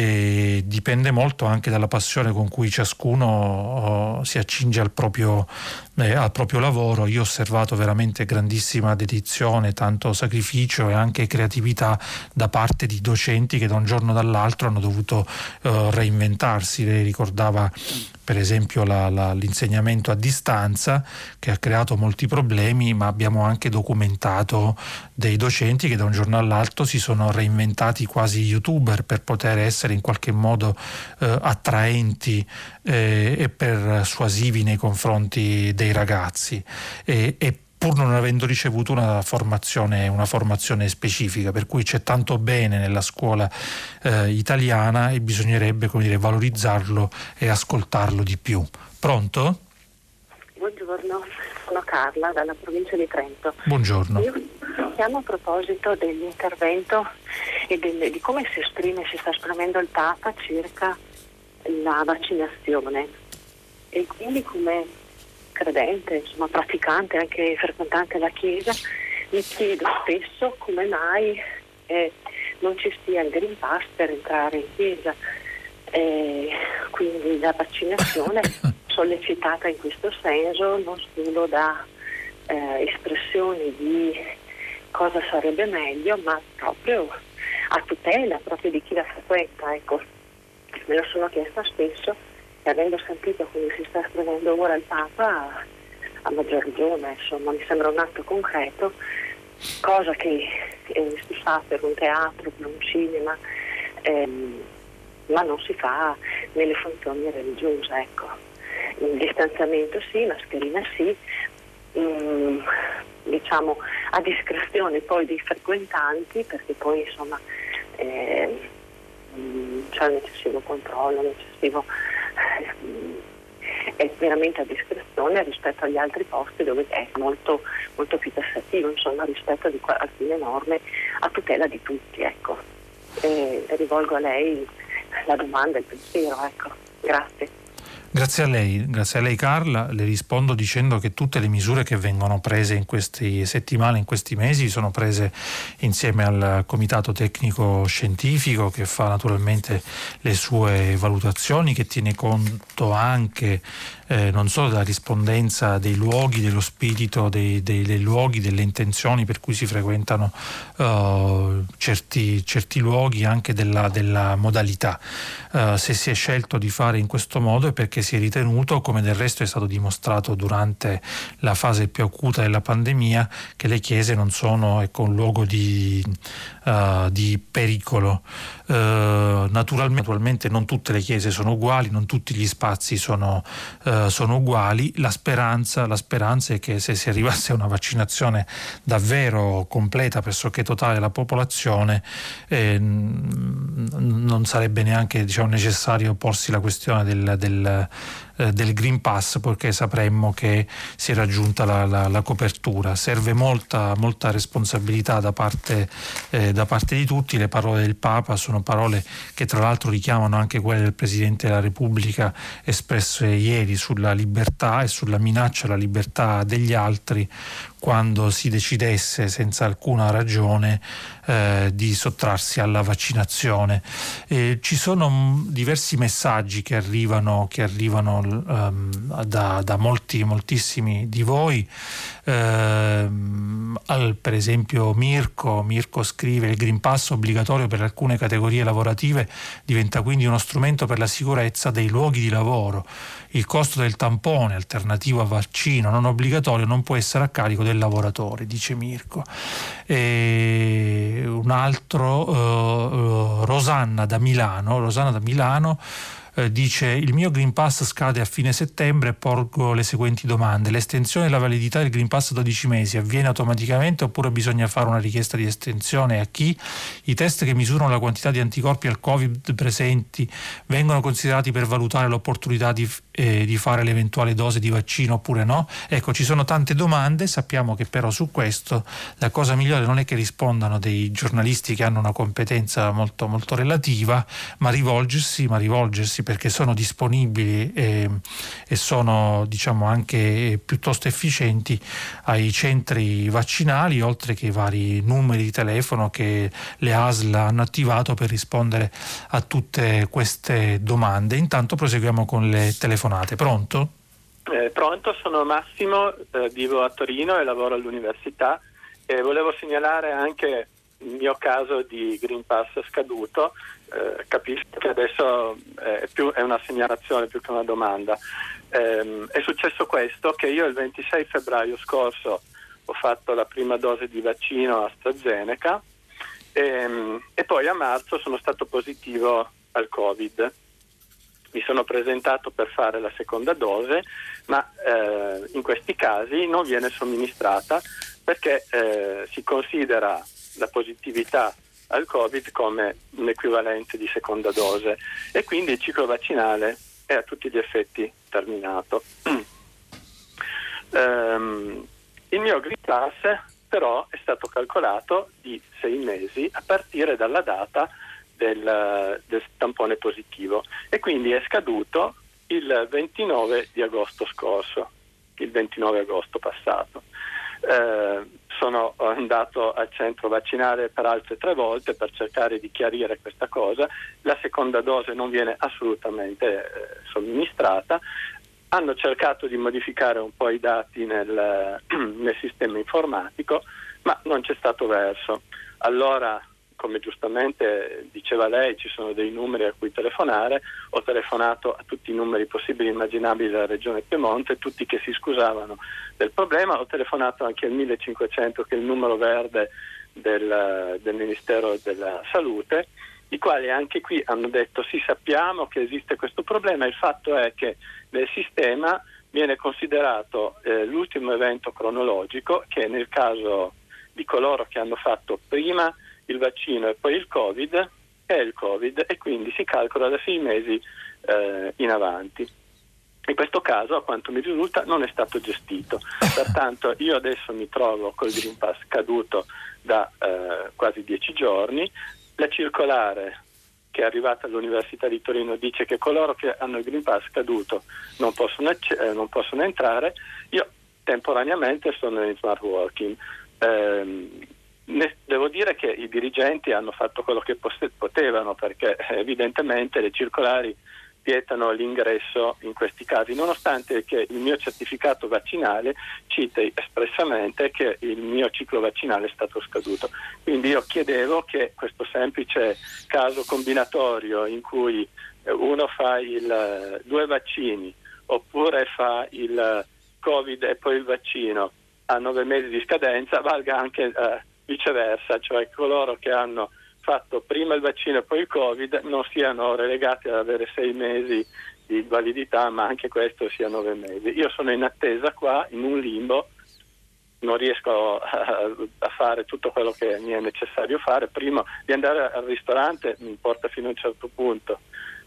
e dipende molto anche dalla passione con cui ciascuno oh, si accinge al proprio, eh, al proprio lavoro. Io ho osservato veramente grandissima dedizione, tanto sacrificio e anche creatività da parte di docenti che da un giorno dall'altro l'altro hanno dovuto uh, reinventarsi. Lei ricordava per esempio la, la, l'insegnamento a distanza, che ha creato molti problemi, ma abbiamo anche documentato dei docenti che da un giorno all'altro si sono reinventati quasi youtuber per poter essere in qualche modo eh, attraenti eh, e persuasivi nei confronti dei ragazzi, e, e pur non avendo ricevuto una formazione, una formazione specifica, per cui c'è tanto bene nella scuola eh, italiana e bisognerebbe, come dire, valorizzarlo e ascoltarlo di più. Pronto? Buongiorno, sono Carla dalla provincia di Trento. Buongiorno. Io chiamo a proposito dell'intervento e del, di come si esprime, si sta esprimendo il Papa circa la vaccinazione, e quindi come credente, insomma praticante, anche frequentante la Chiesa, mi chiedo spesso come mai eh, non ci sia il Green Pass per entrare in Chiesa, eh, quindi la vaccinazione sollecitata in questo senso non solo da eh, espressioni di cosa sarebbe meglio, ma proprio a tutela proprio di chi la frequenta. Ecco, me lo sono chiesta spesso, e avendo sentito come si sta esprimendo ora il Papa, a maggior ragione, insomma, mi sembra un atto concreto, cosa che eh, si fa per un teatro, per un cinema, ehm, ma non si fa nelle funzioni religiose, ecco. Il distanziamento sì, mascherina sì, mh, diciamo a discrezione poi dei frequentanti, perché poi insomma eh, mh, c'è un eccessivo controllo, un eccessivo è veramente a discrezione rispetto agli altri posti dove è molto, molto più tassativo, insomma, rispetto di alcune norme a tutela di tutti, ecco. E rivolgo a lei la domanda, il pensiero, ecco. Grazie. Grazie a lei, grazie a lei Carla. Le rispondo dicendo che tutte le misure che vengono prese in queste settimane, in questi mesi, sono prese insieme al Comitato Tecnico Scientifico, che fa naturalmente le sue valutazioni, che tiene conto anche eh, non solo della rispondenza dei luoghi, dello spirito dei, dei, dei luoghi, delle intenzioni per cui si frequentano uh, certi, certi luoghi, anche della, della modalità. Uh, se si è scelto di fare in questo modo è perché si è ritenuto, come del resto è stato dimostrato durante la fase più acuta della pandemia, che le chiese non sono, ecco, un luogo di, uh, di pericolo. Uh, naturalmente, naturalmente non tutte le chiese sono uguali, non tutti gli spazi sono, uh, sono uguali. La speranza, la speranza è che se si arrivasse a una vaccinazione davvero completa, pressoché totale della popolazione, eh, non sarebbe neanche, diciamo, necessario porsi la questione del, del eh, del Green Pass, perché sapremmo che si è raggiunta la, la, la copertura. Serve molta, molta responsabilità da parte, eh, da parte di tutti. Le parole del Papa sono parole che tra l'altro richiamano anche quelle del Presidente della Repubblica espresse ieri sulla libertà e sulla minaccia alla libertà degli altri quando si decidesse senza alcuna ragione eh, di sottrarsi alla vaccinazione. Eh, ci sono m- diversi messaggi che arrivano, che arrivano um, da, da molti, moltissimi di voi. Eh, al, per esempio Mirko, Mirko scrive: il Green Pass obbligatorio per alcune categorie lavorative diventa quindi uno strumento per la sicurezza dei luoghi di lavoro. Il costo del tampone alternativo a vaccino non obbligatorio non può essere a carico del lavoratore, dice Mirko. E un altro, uh, Rosanna da Milano, Rosanna da Milano Eh, dice: il mio Green Pass scade a fine settembre e porgo le seguenti domande. L'estensione della validità del Green Pass a dodici mesi avviene automaticamente oppure bisogna fare una richiesta di estensione? A chi? I test che misurano la quantità di anticorpi al Covid presenti vengono considerati per valutare l'opportunità di, eh, di fare l'eventuale dose di vaccino oppure no? Ecco, ci sono tante domande. Sappiamo che però su questo la cosa migliore non è che rispondano dei giornalisti che hanno una competenza molto, molto relativa, ma rivolgersi, ma rivolgersi perché sono disponibili e, e sono, diciamo, anche piuttosto efficienti ai centri vaccinali, oltre che i vari numeri di telefono che le A S L hanno attivato per rispondere a tutte queste domande. Intanto proseguiamo con le telefonate. Pronto? Eh, pronto, sono Massimo, eh, vivo a Torino e lavoro all'università e volevo segnalare anche il mio caso di Green Pass scaduto. Eh, capisco che adesso è, più, è una segnalazione più che una domanda. Eh, è successo questo, che io il ventisei febbraio scorso ho fatto la prima dose di vaccino AstraZeneca e, e poi a marzo sono stato positivo al Covid. Mi sono presentato per fare la seconda dose, ma eh, in questi casi non viene somministrata perché eh, si considera la positività al Covid come un equivalente di seconda dose e quindi il ciclo vaccinale è a tutti gli effetti terminato. um, il mio Green Pass però è stato calcolato di sei mesi a partire dalla data del, del tampone positivo e quindi è scaduto il ventinove di agosto scorso, il ventinove agosto passato. Uh, sono andato al centro vaccinale per altre tre volte per cercare di chiarire questa cosa. La seconda dose non viene assolutamente eh, somministrata. Hanno cercato di modificare un po' i dati nel, nel sistema informatico, ma non c'è stato verso. Allora, come giustamente diceva lei, ci sono dei numeri a cui telefonare. Ho telefonato a tutti i numeri possibili e immaginabili della regione Piemonte, tutti che si scusavano del problema. Ho telefonato anche al millecinquecento, che è il numero verde del, del Ministero della Salute, i quali anche qui hanno detto: sì, sappiamo che esiste questo problema, il fatto è che nel sistema viene considerato eh, l'ultimo evento cronologico, che nel caso di coloro che hanno fatto prima il vaccino e poi il Covid è il Covid e quindi si calcola da sei mesi eh, in avanti. In questo caso, a quanto mi risulta, non è stato gestito. Pertanto io adesso mi trovo col Green Pass caduto da eh, quasi dieci giorni. La circolare che è arrivata all'Università di Torino dice che coloro che hanno il Green Pass caduto non possono, eh, non possono entrare. Io temporaneamente sono in smart working. Eh, Devo dire che i dirigenti hanno fatto quello che potevano, perché evidentemente le circolari vietano l'ingresso in questi casi, nonostante che il mio certificato vaccinale citi espressamente che il mio ciclo vaccinale è stato scaduto. Quindi io chiedevo che questo semplice caso combinatorio in cui uno fa il, due vaccini oppure fa il Covid e poi il vaccino a nove mesi di scadenza valga anche eh, viceversa, cioè coloro che hanno fatto prima il vaccino e poi il Covid non siano relegati ad avere sei mesi di validità, ma anche questo sia nove mesi. Io sono in attesa qua, in un limbo, non riesco a, a fare tutto quello che mi è necessario fare. Prima di andare al ristorante mi importa fino a un certo punto,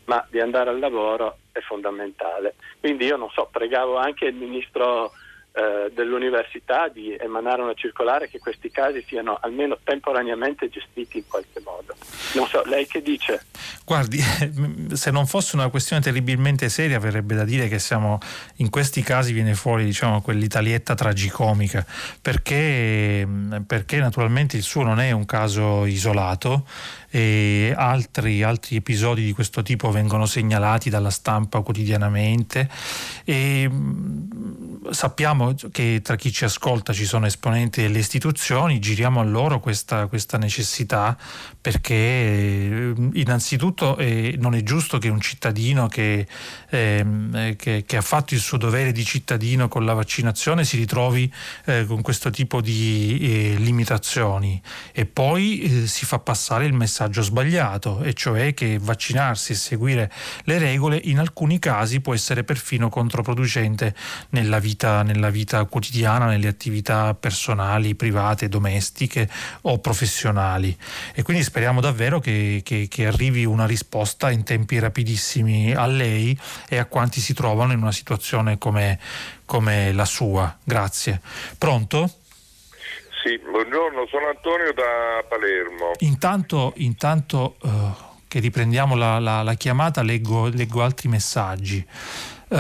ma di andare al lavoro è fondamentale. Quindi io non so, pregavo anche il ministro eh, dell'università di emanare una circolare che questi casi siano almeno temporaneamente gestiti in qualche modo. Non so, lei che dice? Guardi, se non fosse una questione terribilmente seria verrebbe da dire che siamo, in questi casi viene fuori, diciamo, quell'italietta tragicomica, perché, perché naturalmente il suo non è un caso isolato e altri, altri episodi di questo tipo vengono segnalati dalla stampa quotidianamente e sappiamo che tra chi ci ascolta ci sono esponenti delle istituzioni, giriamo a loro questa, questa necessità, perché innanzitutto eh, non è giusto che un cittadino che, eh, che, che ha fatto il suo dovere di cittadino con la vaccinazione si ritrovi eh, con questo tipo di eh, limitazioni e poi eh, si fa passare il messaggio sbagliato, e cioè che vaccinarsi e seguire le regole in alcuni casi può essere perfino controproducente nella vita, nella vita quotidiana, nelle attività personali, private, domestiche o professionali. E quindi speriamo davvero che, che, che arrivi una risposta in tempi rapidissimi a lei e a quanti si trovano in una situazione come, come la sua. Grazie. Pronto? Sì, buongiorno, sono Antonio da Palermo. Intanto, intanto uh, che riprendiamo la, la, la chiamata, leggo, leggo altri messaggi. Uh,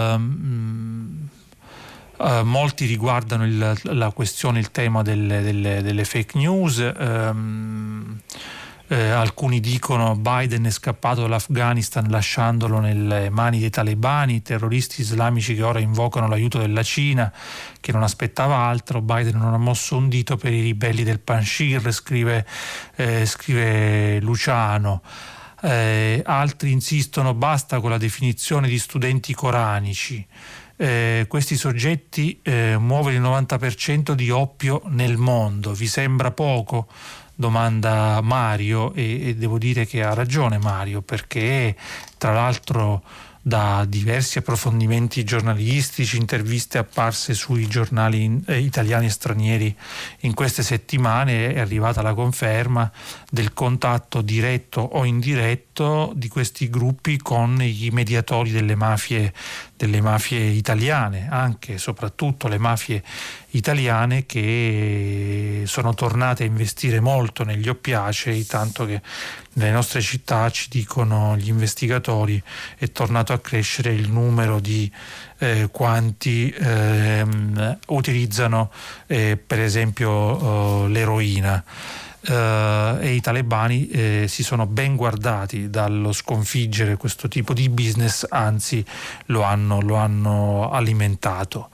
mm, uh, molti riguardano il, la questione, il tema delle, delle, delle fake news. Um, Eh, alcuni dicono Biden è scappato dall'Afghanistan lasciandolo nelle mani dei talebani, terroristi islamici che ora invocano l'aiuto della Cina, che non aspettava altro. Biden non ha mosso un dito per i ribelli del Panjshir, scrive, eh, scrive Luciano. Eh, altri insistono, basta con la definizione di studenti coranici. Eh, questi soggetti eh, muovono il novanta per cento di oppio nel mondo, vi sembra poco? Domanda Mario, e, e devo dire che ha ragione Mario, perché tra l'altro da diversi approfondimenti giornalistici, interviste apparse sui giornali in, eh, italiani e stranieri in queste settimane, è arrivata la conferma del contatto diretto o indiretto di questi gruppi con i mediatori delle mafie, delle mafie italiane, anche e soprattutto le mafie italiane che sono tornate a investire molto negli oppiacei, tanto che nelle nostre città, ci dicono gli investigatori, è tornato a crescere il numero di eh, quanti ehm, utilizzano eh, per esempio eh, l'eroina. Uh, e i talebani eh, si sono ben guardati dallo sconfiggere questo tipo di business, anzi lo hanno, lo hanno alimentato.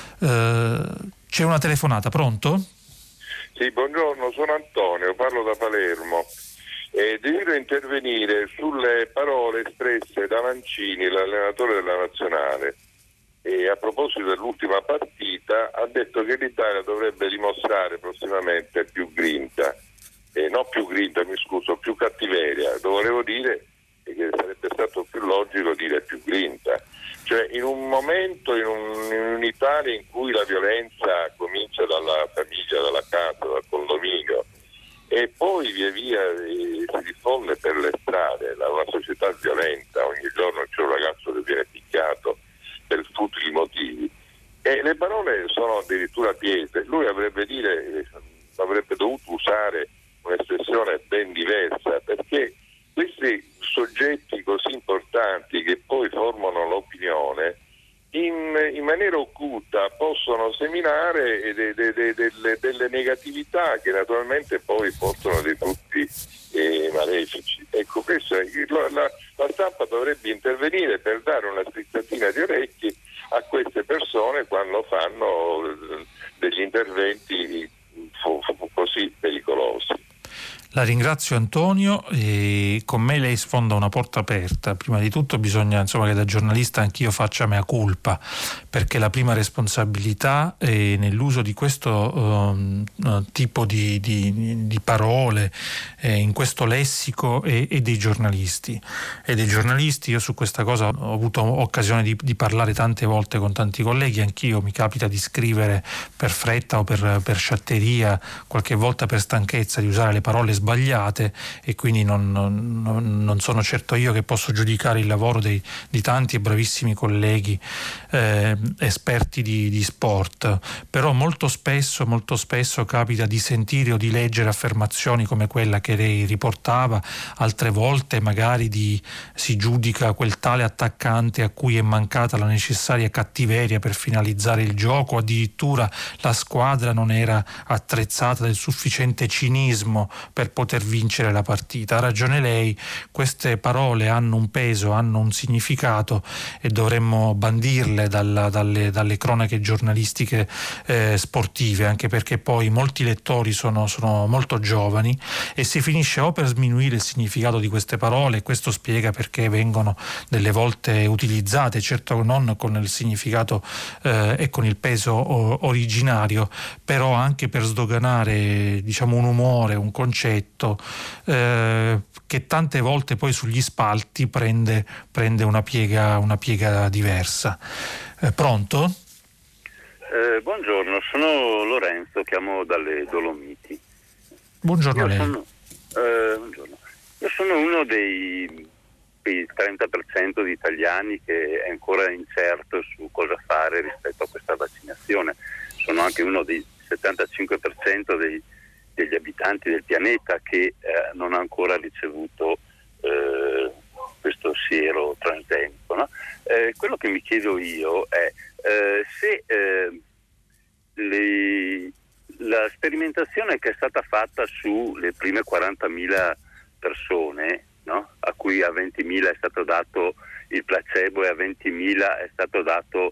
Uh, c'è una telefonata, pronto? Sì, buongiorno, sono Antonio, parlo da Palermo. Eh, desidero intervenire sulle parole espresse da Mancini, l'allenatore della Nazionale. E a proposito dell'ultima partita ha detto che l'Italia dovrebbe dimostrare prossimamente più grinta. Eh, no più grinta, mi scuso, più cattiveria. Volevo dire che sarebbe stato più logico dire più grinta. Cioè, in un momento, in, un, in un'Italia in cui la violenza comincia dalla famiglia, dalla casa, dal condominio e poi via via eh, si diffonde per le strade, la, una società violenta, ogni giorno c'è un ragazzo che viene picchiato per futili motivi. E le parole sono addirittura pietre. Lui avrebbe dire, avrebbe dovuto usare un'espressione ben diversa, perché questi soggetti così importanti che poi formano l'opinione in, in maniera occulta possono seminare de, de, de, de, de, delle negatività che naturalmente poi portano dei frutti eh, malefici. Ecco, questo è, la, la stampa dovrebbe intervenire per dare una strizzatina di orecchi a queste persone quando fanno degli interventi così pericolosi. La ringrazio Antonio, e con me lei sfonda una porta aperta. Prima di tutto bisogna, insomma, che da giornalista anch'io faccia mea culpa, perché la prima responsabilità è nell'uso di questo um, tipo di, di, di parole, eh, in questo lessico, e, e dei giornalisti. E dei giornalisti, io su questa cosa ho avuto occasione di, di parlare tante volte con tanti colleghi, anch'io mi capita di scrivere per fretta o per, per sciatteria, qualche volta per stanchezza, di usare le parole sbagliate, e quindi non, non, non sono certo io che posso giudicare il lavoro dei, di tanti e bravissimi colleghi eh, esperti di, di sport, però molto spesso, molto spesso capita di sentire o di leggere affermazioni come quella che lei riportava, altre volte magari di, si giudica quel tale attaccante a cui è mancata la necessaria cattiveria per finalizzare il gioco, addirittura la squadra non era attrezzata del sufficiente cinismo per poter vincere la partita. Ha ragione lei, queste parole hanno un peso, hanno un significato e dovremmo bandirle dalla, dalle, dalle cronache giornalistiche eh, sportive, anche perché poi molti lettori sono, sono molto giovani e si finisce o per sminuire il significato di queste parole, e questo spiega perché vengono delle volte utilizzate, certo non con il significato eh, e con il peso o, originario, però anche per sdoganare, diciamo, un umore, un concetto eh, che tante volte poi sugli spalti prende, prende una piega, una piega diversa. Eh, pronto? Eh, buongiorno, sono Lorenzo, chiamo dalle Dolomiti. Buongiorno a lei. Sono, eh, buongiorno. Io sono uno dei, dei trenta per cento di italiani che è ancora incerto su cosa fare rispetto a questa vaccinazione. Sono anche uno dei settantacinque per cento dei, degli abitanti del pianeta che eh, non ha ancora ricevuto eh, questo siero transgenico, no? Eh, quello che mi chiedo io è eh, se eh, le, la sperimentazione che è stata fatta sulle prime quarantamila persone, no? A cui a ventimila è stato dato il placebo e a ventimila è stato dato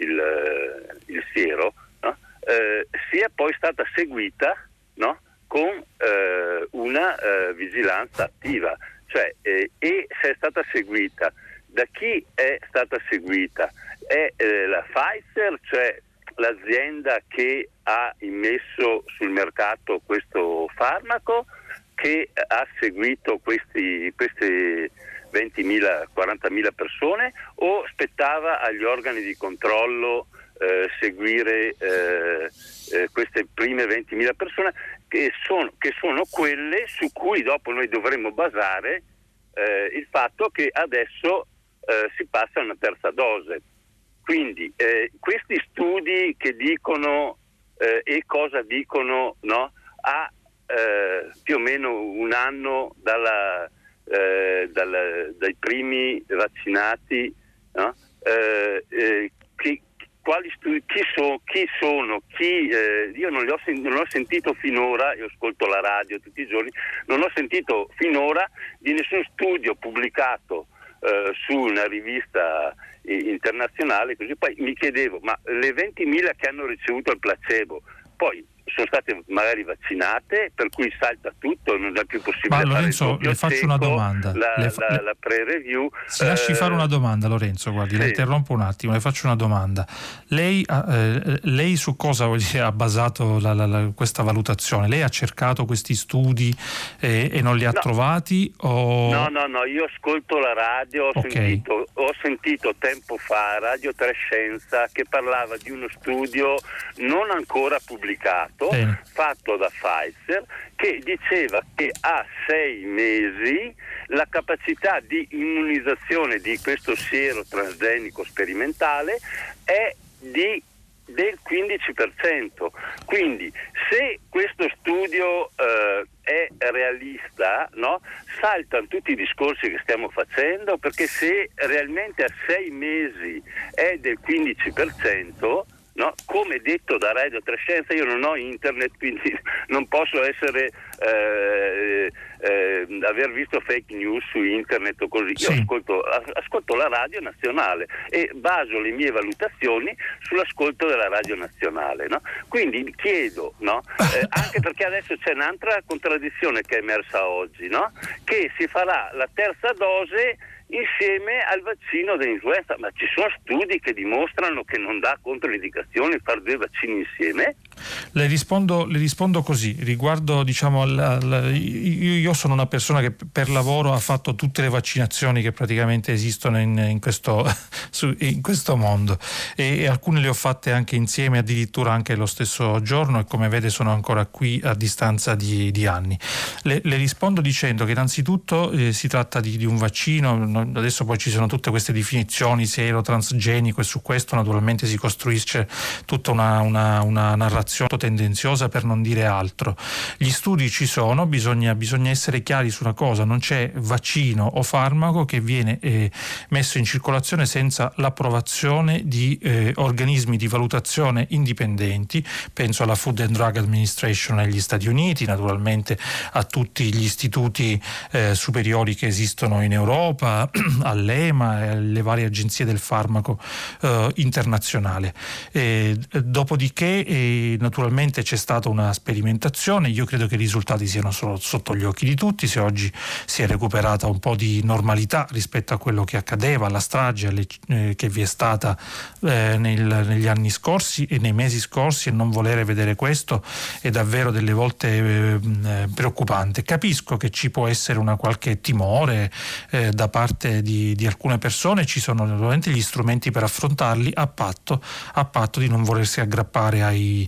il, il siero, no? Eh, sia poi stata seguita, no? Con eh, una eh, vigilanza attiva, cioè eh, e se è stata seguita, da chi è stata seguita? È eh, la Pfizer, cioè l'azienda che ha immesso sul mercato questo farmaco, che ha seguito questi, queste ventimila, quarantamila persone, o spettava agli organi di controllo eh, seguire eh, eh, queste prime ventimila persone, che sono, che sono quelle su cui dopo noi dovremmo basare eh, il fatto che adesso eh, si passa a una terza dose. Quindi eh, questi studi che dicono eh, e cosa dicono, no, a eh, più o meno un anno dalla, eh, dalla, dai primi vaccinati, no? eh, eh, chi, quali studi, chi, so, chi sono, chi, eh, io non li ho, sen- non ho sentito finora, io ascolto la radio tutti i giorni, non ho sentito finora di nessun studio pubblicato eh, su una rivista internazionale, così. Poi mi chiedevo, ma le ventimila che hanno ricevuto il placebo poi sono state magari vaccinate, per cui salta tutto, non è più possibile. Ma fare Lorenzo, le faccio cieco, una domanda. La, fa- la, la pre-review. Si lasci eh, fare una domanda, Lorenzo, guardi, sì. La interrompo un attimo, le faccio una domanda. Lei, eh, lei su cosa ha basato la, la, la, questa valutazione? Lei ha cercato questi studi eh, e non li ha no. trovati? O... No, no, no, io ascolto la radio, ho, okay. sentito, ho sentito tempo fa Radio Tre Scienza che parlava di uno studio non ancora pubblicato, Bene. fatto da Pfizer, che diceva che a sei mesi la capacità di immunizzazione di questo siero transgenico sperimentale è di del quindici per cento. Quindi se questo studio eh, è realista, no, saltano tutti i discorsi che stiamo facendo, perché se realmente a sei mesi è del quindici per cento, no, come detto da Radio Tre Scienza, io non ho internet, quindi non posso essere eh, eh, aver visto fake news su internet o così. Io sì. ascolto, ascolto la radio nazionale e baso le mie valutazioni sull'ascolto della radio nazionale, no? Quindi chiedo, no, eh, anche perché adesso c'è un'altra contraddizione che è emersa oggi, no? Che si farà la terza dose insieme al vaccino dell'influenza, ma ci sono studi che dimostrano che non dà controindicazioni fare due vaccini insieme? Le rispondo, le rispondo così, riguardo diciamo al, al, io, io sono una persona che per lavoro ha fatto tutte le vaccinazioni che praticamente esistono in, in, questo, in questo mondo e, e alcune le ho fatte anche insieme, addirittura anche lo stesso giorno, e come vede sono ancora qui a distanza di, di anni. Le, le rispondo dicendo che innanzitutto eh, si tratta di, di un vaccino, adesso poi ci sono tutte queste definizioni, sero, transgenico, e su questo naturalmente si costruisce tutta una, una, una narrazione tendenziosa, per non dire altro. Gli studi ci sono, bisogna, bisogna essere chiari su una cosa: non c'è vaccino o farmaco che viene eh, messo in circolazione senza l'approvazione di eh, organismi di valutazione indipendenti. Penso alla Food and Drug Administration negli Stati Uniti, naturalmente a tutti gli istituti eh, superiori che esistono in Europa, all'E M A e alle varie agenzie del farmaco eh, internazionale. E, dopodiché eh, naturalmente c'è stata una sperimentazione, io credo che i risultati siano solo sotto gli occhi di tutti. Se oggi si è recuperata un po' di normalità rispetto a quello che accadeva, alla strage alle, eh, che vi è stata eh, nel, negli anni scorsi e nei mesi scorsi, e non volere vedere questo è davvero delle volte eh, preoccupante. Capisco che ci può essere una qualche timore eh, da parte di, di alcune persone, ci sono naturalmente gli strumenti per affrontarli, a patto, a patto di non volersi aggrappare ai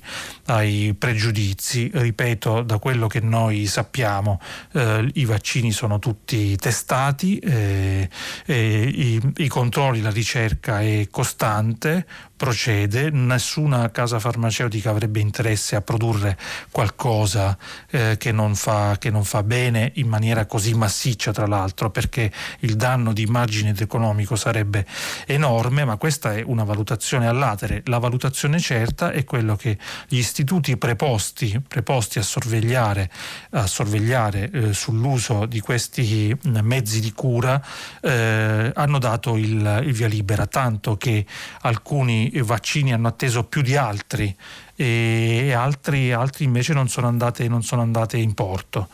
ai pregiudizi. Ripeto, da quello che noi sappiamo eh, i vaccini sono tutti testati, eh, eh, i, i controlli, la ricerca è costante, procede, nessuna casa farmaceutica avrebbe interesse a produrre qualcosa eh, che non fa, che non fa bene in maniera così massiccia, tra l'altro, perché il danno di immagine economico sarebbe enorme. Ma questa è una valutazione a latere. La valutazione certa è quello che gli istituti preposti, preposti a sorvegliare, a sorvegliare eh, sull'uso di questi mezzi di cura eh, hanno dato il, il via libera, tanto che alcuni vaccini hanno atteso più di altri e altri, altri invece non sono andate, non sono andate in porto.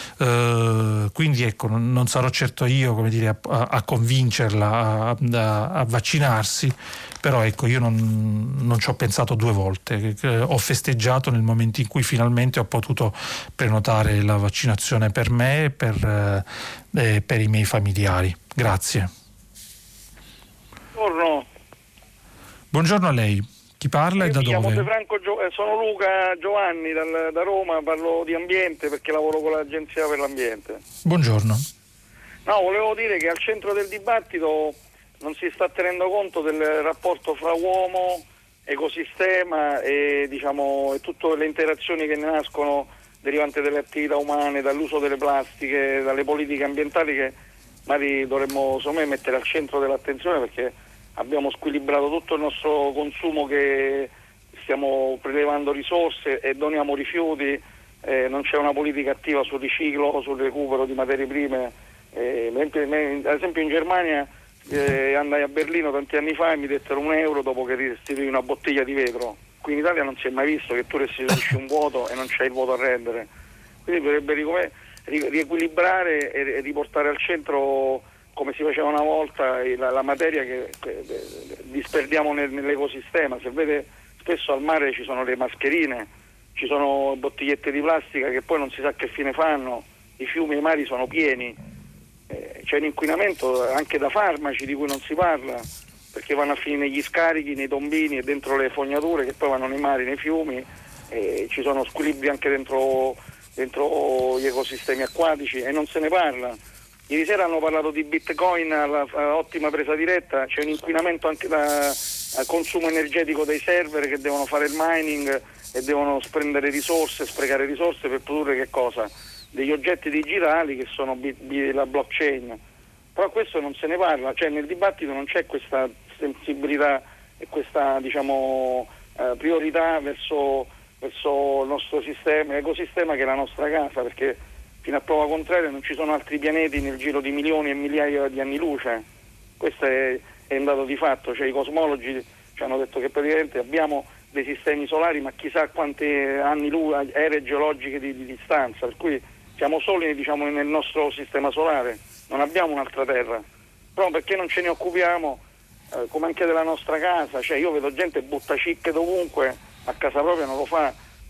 Uh, quindi ecco, non, non sarò certo io, come dire, a, a convincerla a, a, a vaccinarsi, però ecco, io non, non ci ho pensato due volte. Ho festeggiato nel momento in cui finalmente ho potuto prenotare la vaccinazione per me e per, eh, per i miei familiari. Grazie. Buongiorno. Buongiorno a lei. Chi parla e da mi dove? Chiamo De Franco, sono Luca Giovanni dal, da Roma, parlo di ambiente perché lavoro con l'Agenzia per l'Ambiente. Buongiorno. No, volevo dire che al centro del dibattito non si sta tenendo conto del rapporto fra uomo, ecosistema e diciamo e tutte le interazioni che ne nascono derivanti dalle attività umane, dall'uso delle plastiche, dalle politiche ambientali, che magari dovremmo secondo me mettere al centro dell'attenzione, perché abbiamo squilibrato tutto il nostro consumo, che stiamo prelevando risorse e doniamo rifiuti, eh, non c'è una politica attiva sul riciclo, sul recupero di materie prime. Eh, ad esempio in Germania eh, andai a Berlino tanti anni fa e mi dettero un euro dopo che restituì una bottiglia di vetro. Qui in Italia non si è mai visto che tu restituisci un vuoto e non c'hai il vuoto a rendere. Quindi dovrebbe riequilibrare e riportare al centro, come si faceva una volta, la, la materia che, che disperdiamo nel, nell'ecosistema. Se vede, spesso al mare ci sono le mascherine, ci sono bottigliette di plastica che poi non si sa che fine fanno, i fiumi e i mari sono pieni, eh, c'è un inquinamento anche da farmaci di cui non si parla, perché vanno a finire negli scarichi, nei tombini e dentro le fognature che poi vanno nei mari, nei fiumi, eh, ci sono squilibri anche dentro, dentro gli ecosistemi acquatici e non se ne parla. Ieri sera hanno parlato di Bitcoin alla, alla ottima presa diretta, c'è un inquinamento anche da consumo energetico dei server che devono fare il mining e devono spendere risorse, sprecare risorse per produrre che cosa? Degli oggetti digitali che sono bi, bi, la blockchain. Però questo non se ne parla, cioè nel dibattito non c'è questa sensibilità e questa diciamo eh, priorità verso, verso il nostro sistema, l'ecosistema che è la nostra casa, perché fino a prova contraria non ci sono altri pianeti nel giro di milioni e migliaia di anni luce. Questo è, è un dato di fatto, cioè i cosmologi ci hanno detto che praticamente abbiamo dei sistemi solari ma chissà quanti anni luce, ere geologiche di, di distanza, per cui siamo soli diciamo nel nostro sistema solare, non abbiamo un'altra terra. Però perché non ce ne occupiamo, eh, come anche della nostra casa, cioè io vedo gente butta cicche dovunque, a casa propria non lo fa,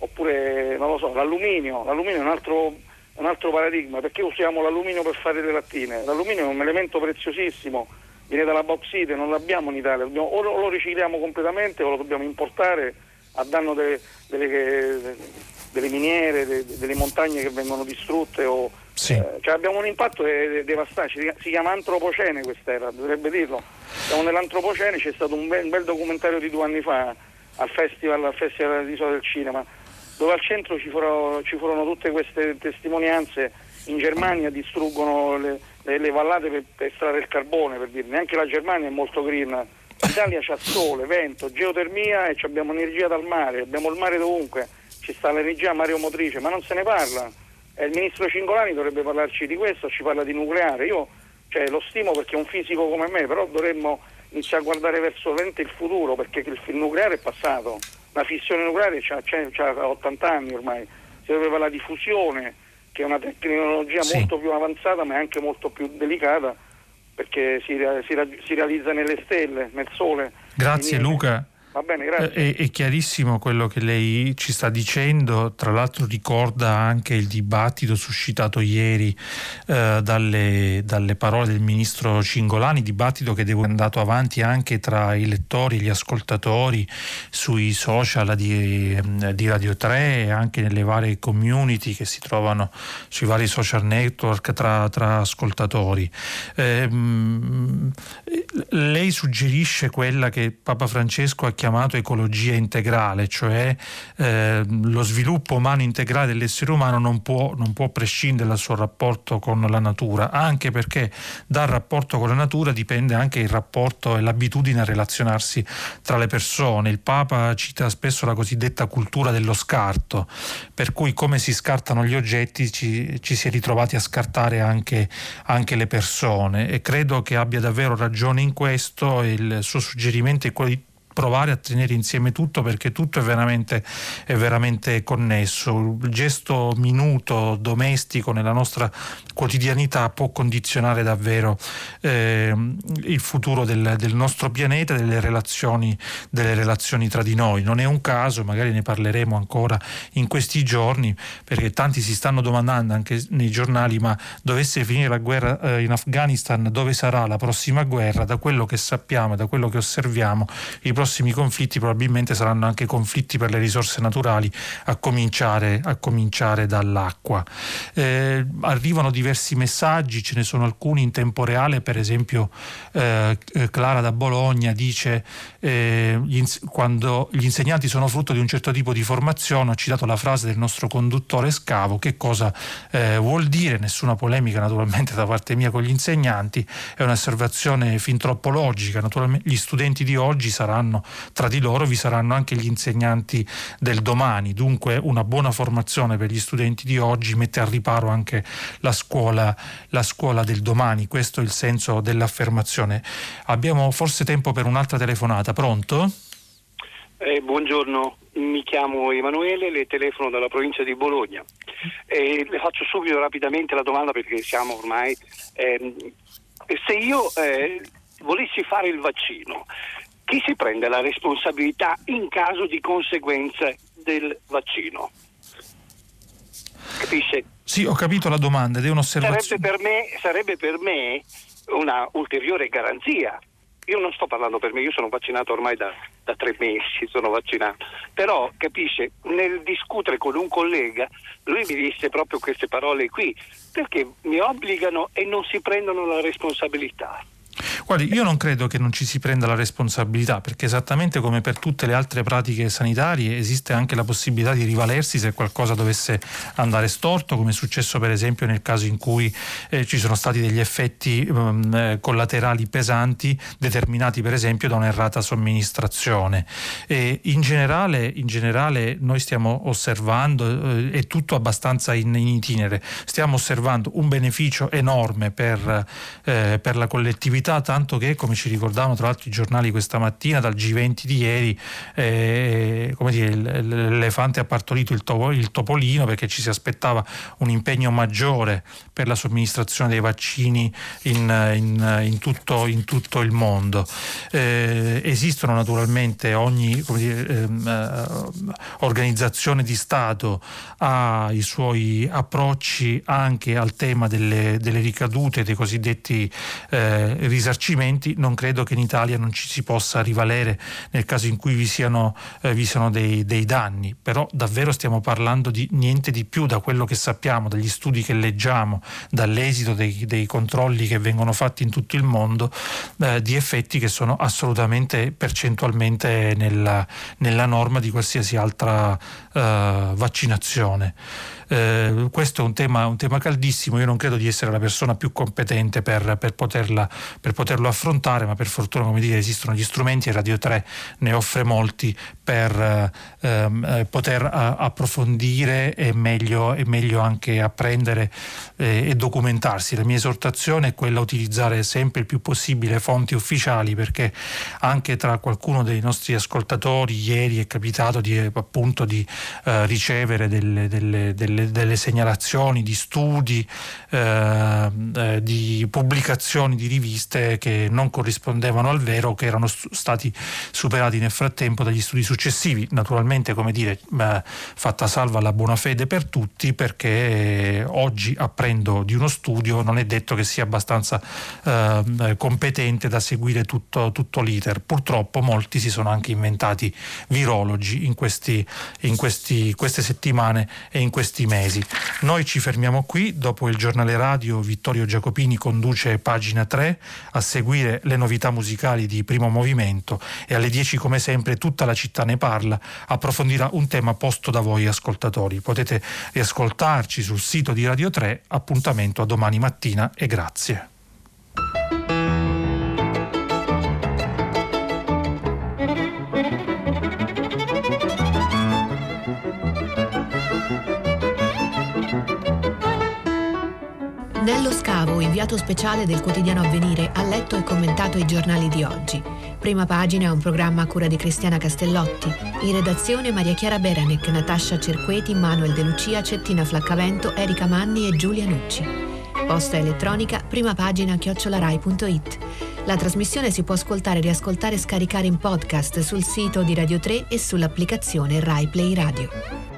oppure non lo so, l'alluminio, l'alluminio è un altro, un altro paradigma. Perché usiamo l'alluminio per fare le lattine? L'alluminio è un elemento preziosissimo, viene dalla bauxite, non l'abbiamo in Italia, dobbiamo, o lo ricicliamo completamente o lo dobbiamo importare a danno delle, delle, delle miniere, delle, delle montagne che vengono distrutte o, sì. eh, cioè abbiamo un impatto devastante. Si, si chiama antropocene quest'era, dovrebbe dirlo. Siamo nell'antropocene. C'è stato un bel, un bel documentario di due anni fa al festival, al festival dell'Isola del Cinema, dove al centro ci furono, ci furono tutte queste testimonianze. In Germania distruggono le, le, le vallate per, per estrarre il carbone, per dire. Neanche la Germania è molto green. L'Italia c'ha sole, vento, geotermia e abbiamo energia dal mare, abbiamo il mare dovunque, ci sta l'energia mareomotrice, ma non se ne parla. E il ministro Cingolani dovrebbe parlarci di questo, ci parla di nucleare. Io cioè, lo stimo perché è un fisico come me, però dovremmo iniziare a guardare verso il futuro, perché il, il nucleare è passato. La fissione nucleare ha ottanta anni ormai. Si dovrebbe parlare di fusione, che è una tecnologia sì. molto più avanzata ma è anche molto più delicata, perché si, si, si realizza nelle stelle, nel sole. Grazie Quindi, Luca. Va bene, grazie. È, è chiarissimo quello che lei ci sta dicendo, tra l'altro ricorda anche il dibattito suscitato ieri eh, dalle, dalle parole del ministro Cingolani, dibattito che è andato avanti anche tra i lettori e gli ascoltatori sui social di, di Radio tre e anche nelle varie community che si trovano sui vari social network tra, tra ascoltatori. Eh, lei suggerisce quella che Papa Francesco ha chiamato ecologia integrale, cioè eh, lo sviluppo umano integrale dell'essere umano non può, non può prescindere dal suo rapporto con la natura, anche perché dal rapporto con la natura dipende anche il rapporto e l'abitudine a relazionarsi tra le persone. Il Papa cita spesso la cosiddetta cultura dello scarto, per cui come si scartano gli oggetti ci, ci si è ritrovati a scartare anche, anche le persone, e credo che abbia davvero ragione in questo. Il suo suggerimento è quello di provare a tenere insieme tutto, perché tutto è veramente, è veramente connesso. Il gesto minuto domestico nella nostra quotidianità può condizionare davvero eh, il futuro del, del nostro pianeta, delle relazioni, delle relazioni tra di noi. Non è un caso, magari ne parleremo ancora in questi giorni, perché tanti si stanno domandando anche nei giornali: ma dovesse finire la guerra eh, in Afghanistan, dove sarà la prossima guerra? Da quello che sappiamo e da quello che osserviamo, i prossimi conflitti probabilmente saranno anche conflitti per le risorse naturali, a cominciare, a cominciare dall'acqua. Eh, arrivano diversi messaggi, ce ne sono alcuni in tempo reale. Per esempio eh, Clara da Bologna dice eh, gli ins- quando gli insegnanti sono frutto di un certo tipo di formazione, ho citato la frase del nostro conduttore Scavo. Che cosa eh, vuol dire? Nessuna polemica naturalmente da parte mia con gli insegnanti, è un'osservazione fin troppo logica. Naturalmente gli studenti di oggi saranno, tra di loro vi saranno anche gli insegnanti del domani, dunque una buona formazione per gli studenti di oggi mette al riparo anche la scuola, la scuola del domani. Questo è il senso dell'affermazione. Abbiamo forse tempo per un'altra telefonata. Pronto? Eh, buongiorno, mi chiamo Emanuele, le telefono dalla provincia di Bologna. Eh, le faccio subito rapidamente la domanda, perché siamo ormai ehm, se io eh, volessi fare il vaccino, chi si prende la responsabilità in caso di conseguenze del vaccino? Capisce? Sì, ho capito la domanda ed è un'osservazione. Sarebbe per me, sarebbe per me una ulteriore garanzia. Io non sto parlando per me, io sono vaccinato ormai da, da tre mesi, sono vaccinato. Però, capisce, nel discutere con un collega, lui mi disse proprio queste parole qui, perché mi obbligano e non si prendono la responsabilità. Guardi, io non credo che non ci si prenda la responsabilità, perché esattamente come per tutte le altre pratiche sanitarie esiste anche la possibilità di rivalersi se qualcosa dovesse andare storto, come è successo per esempio nel caso in cui eh, ci sono stati degli effetti um, collaterali pesanti determinati per esempio da un'errata somministrazione. E in generale, in generale noi stiamo osservando, eh, è tutto abbastanza in, in itinere, stiamo osservando un beneficio enorme per, eh, per la collettività, tanto tanto che, come ci ricordavano tra l'altro i giornali questa mattina, dal G venti di ieri, eh, come dire, l'elefante ha partorito il, topo, il topolino, perché ci si aspettava un impegno maggiore per la somministrazione dei vaccini in, in, in, tutto, in tutto il mondo. Eh, esistono naturalmente, ogni come dire, ehm, organizzazione di Stato ha i suoi approcci anche al tema delle, delle ricadute, dei cosiddetti eh, risarcimenti. Non credo che in Italia non ci si possa rivalere nel caso in cui vi siano, eh, vi siano dei, dei danni, però davvero stiamo parlando di niente di più, da quello che sappiamo, dagli studi che leggiamo, dall'esito dei, dei controlli che vengono fatti in tutto il mondo, eh, di effetti che sono assolutamente percentualmente nella, nella norma di qualsiasi altra eh, vaccinazione. Eh, questo è un tema, un tema caldissimo. Io non credo di essere la persona più competente per, per, poterla, per poterlo affrontare, ma per fortuna, come dire, esistono gli strumenti e Radio tre ne offre molti per ehm, poter a, approfondire e meglio, e meglio anche apprendere eh, e documentarsi. La mia esortazione è quella a utilizzare sempre il più possibile fonti ufficiali, perché anche tra qualcuno dei nostri ascoltatori ieri è capitato di, appunto, di eh, ricevere delle, delle, delle delle segnalazioni di studi, eh, eh, di pubblicazioni di riviste che non corrispondevano al vero, che erano st- stati superati nel frattempo dagli studi successivi. Naturalmente, come dire, eh, fatta salva la buona fede per tutti, perché eh, oggi apprendo di uno studio, non è detto che sia abbastanza eh, competente da seguire tutto, tutto l'iter. Purtroppo molti si sono anche inventati virologi in questi, in questi, queste settimane e in questi mesi. Noi ci fermiamo qui. Dopo il giornale radio Vittorio Giacopini conduce Pagina tre, a seguire le novità musicali di Primo Movimento, e alle dieci come sempre Tutta la città ne parla approfondirà un tema posto da voi ascoltatori. Potete riascoltarci sul sito di Radio tre. Appuntamento a domani mattina e grazie. Nello Scavo, inviato speciale del quotidiano Avvenire, ha letto e commentato i giornali di oggi. Prima Pagina è un programma a cura di Cristiana Castellotti. In redazione Maria Chiara Beranec, Natascia Cerqueti, Manuel De Lucia, Cettina Flaccavento, Erika Manni e Giulia Nucci. Posta elettronica primapagina chiocciola rai punto it. La trasmissione si può ascoltare, riascoltare e scaricare in podcast sul sito di Radio tre e sull'applicazione Rai Play Radio.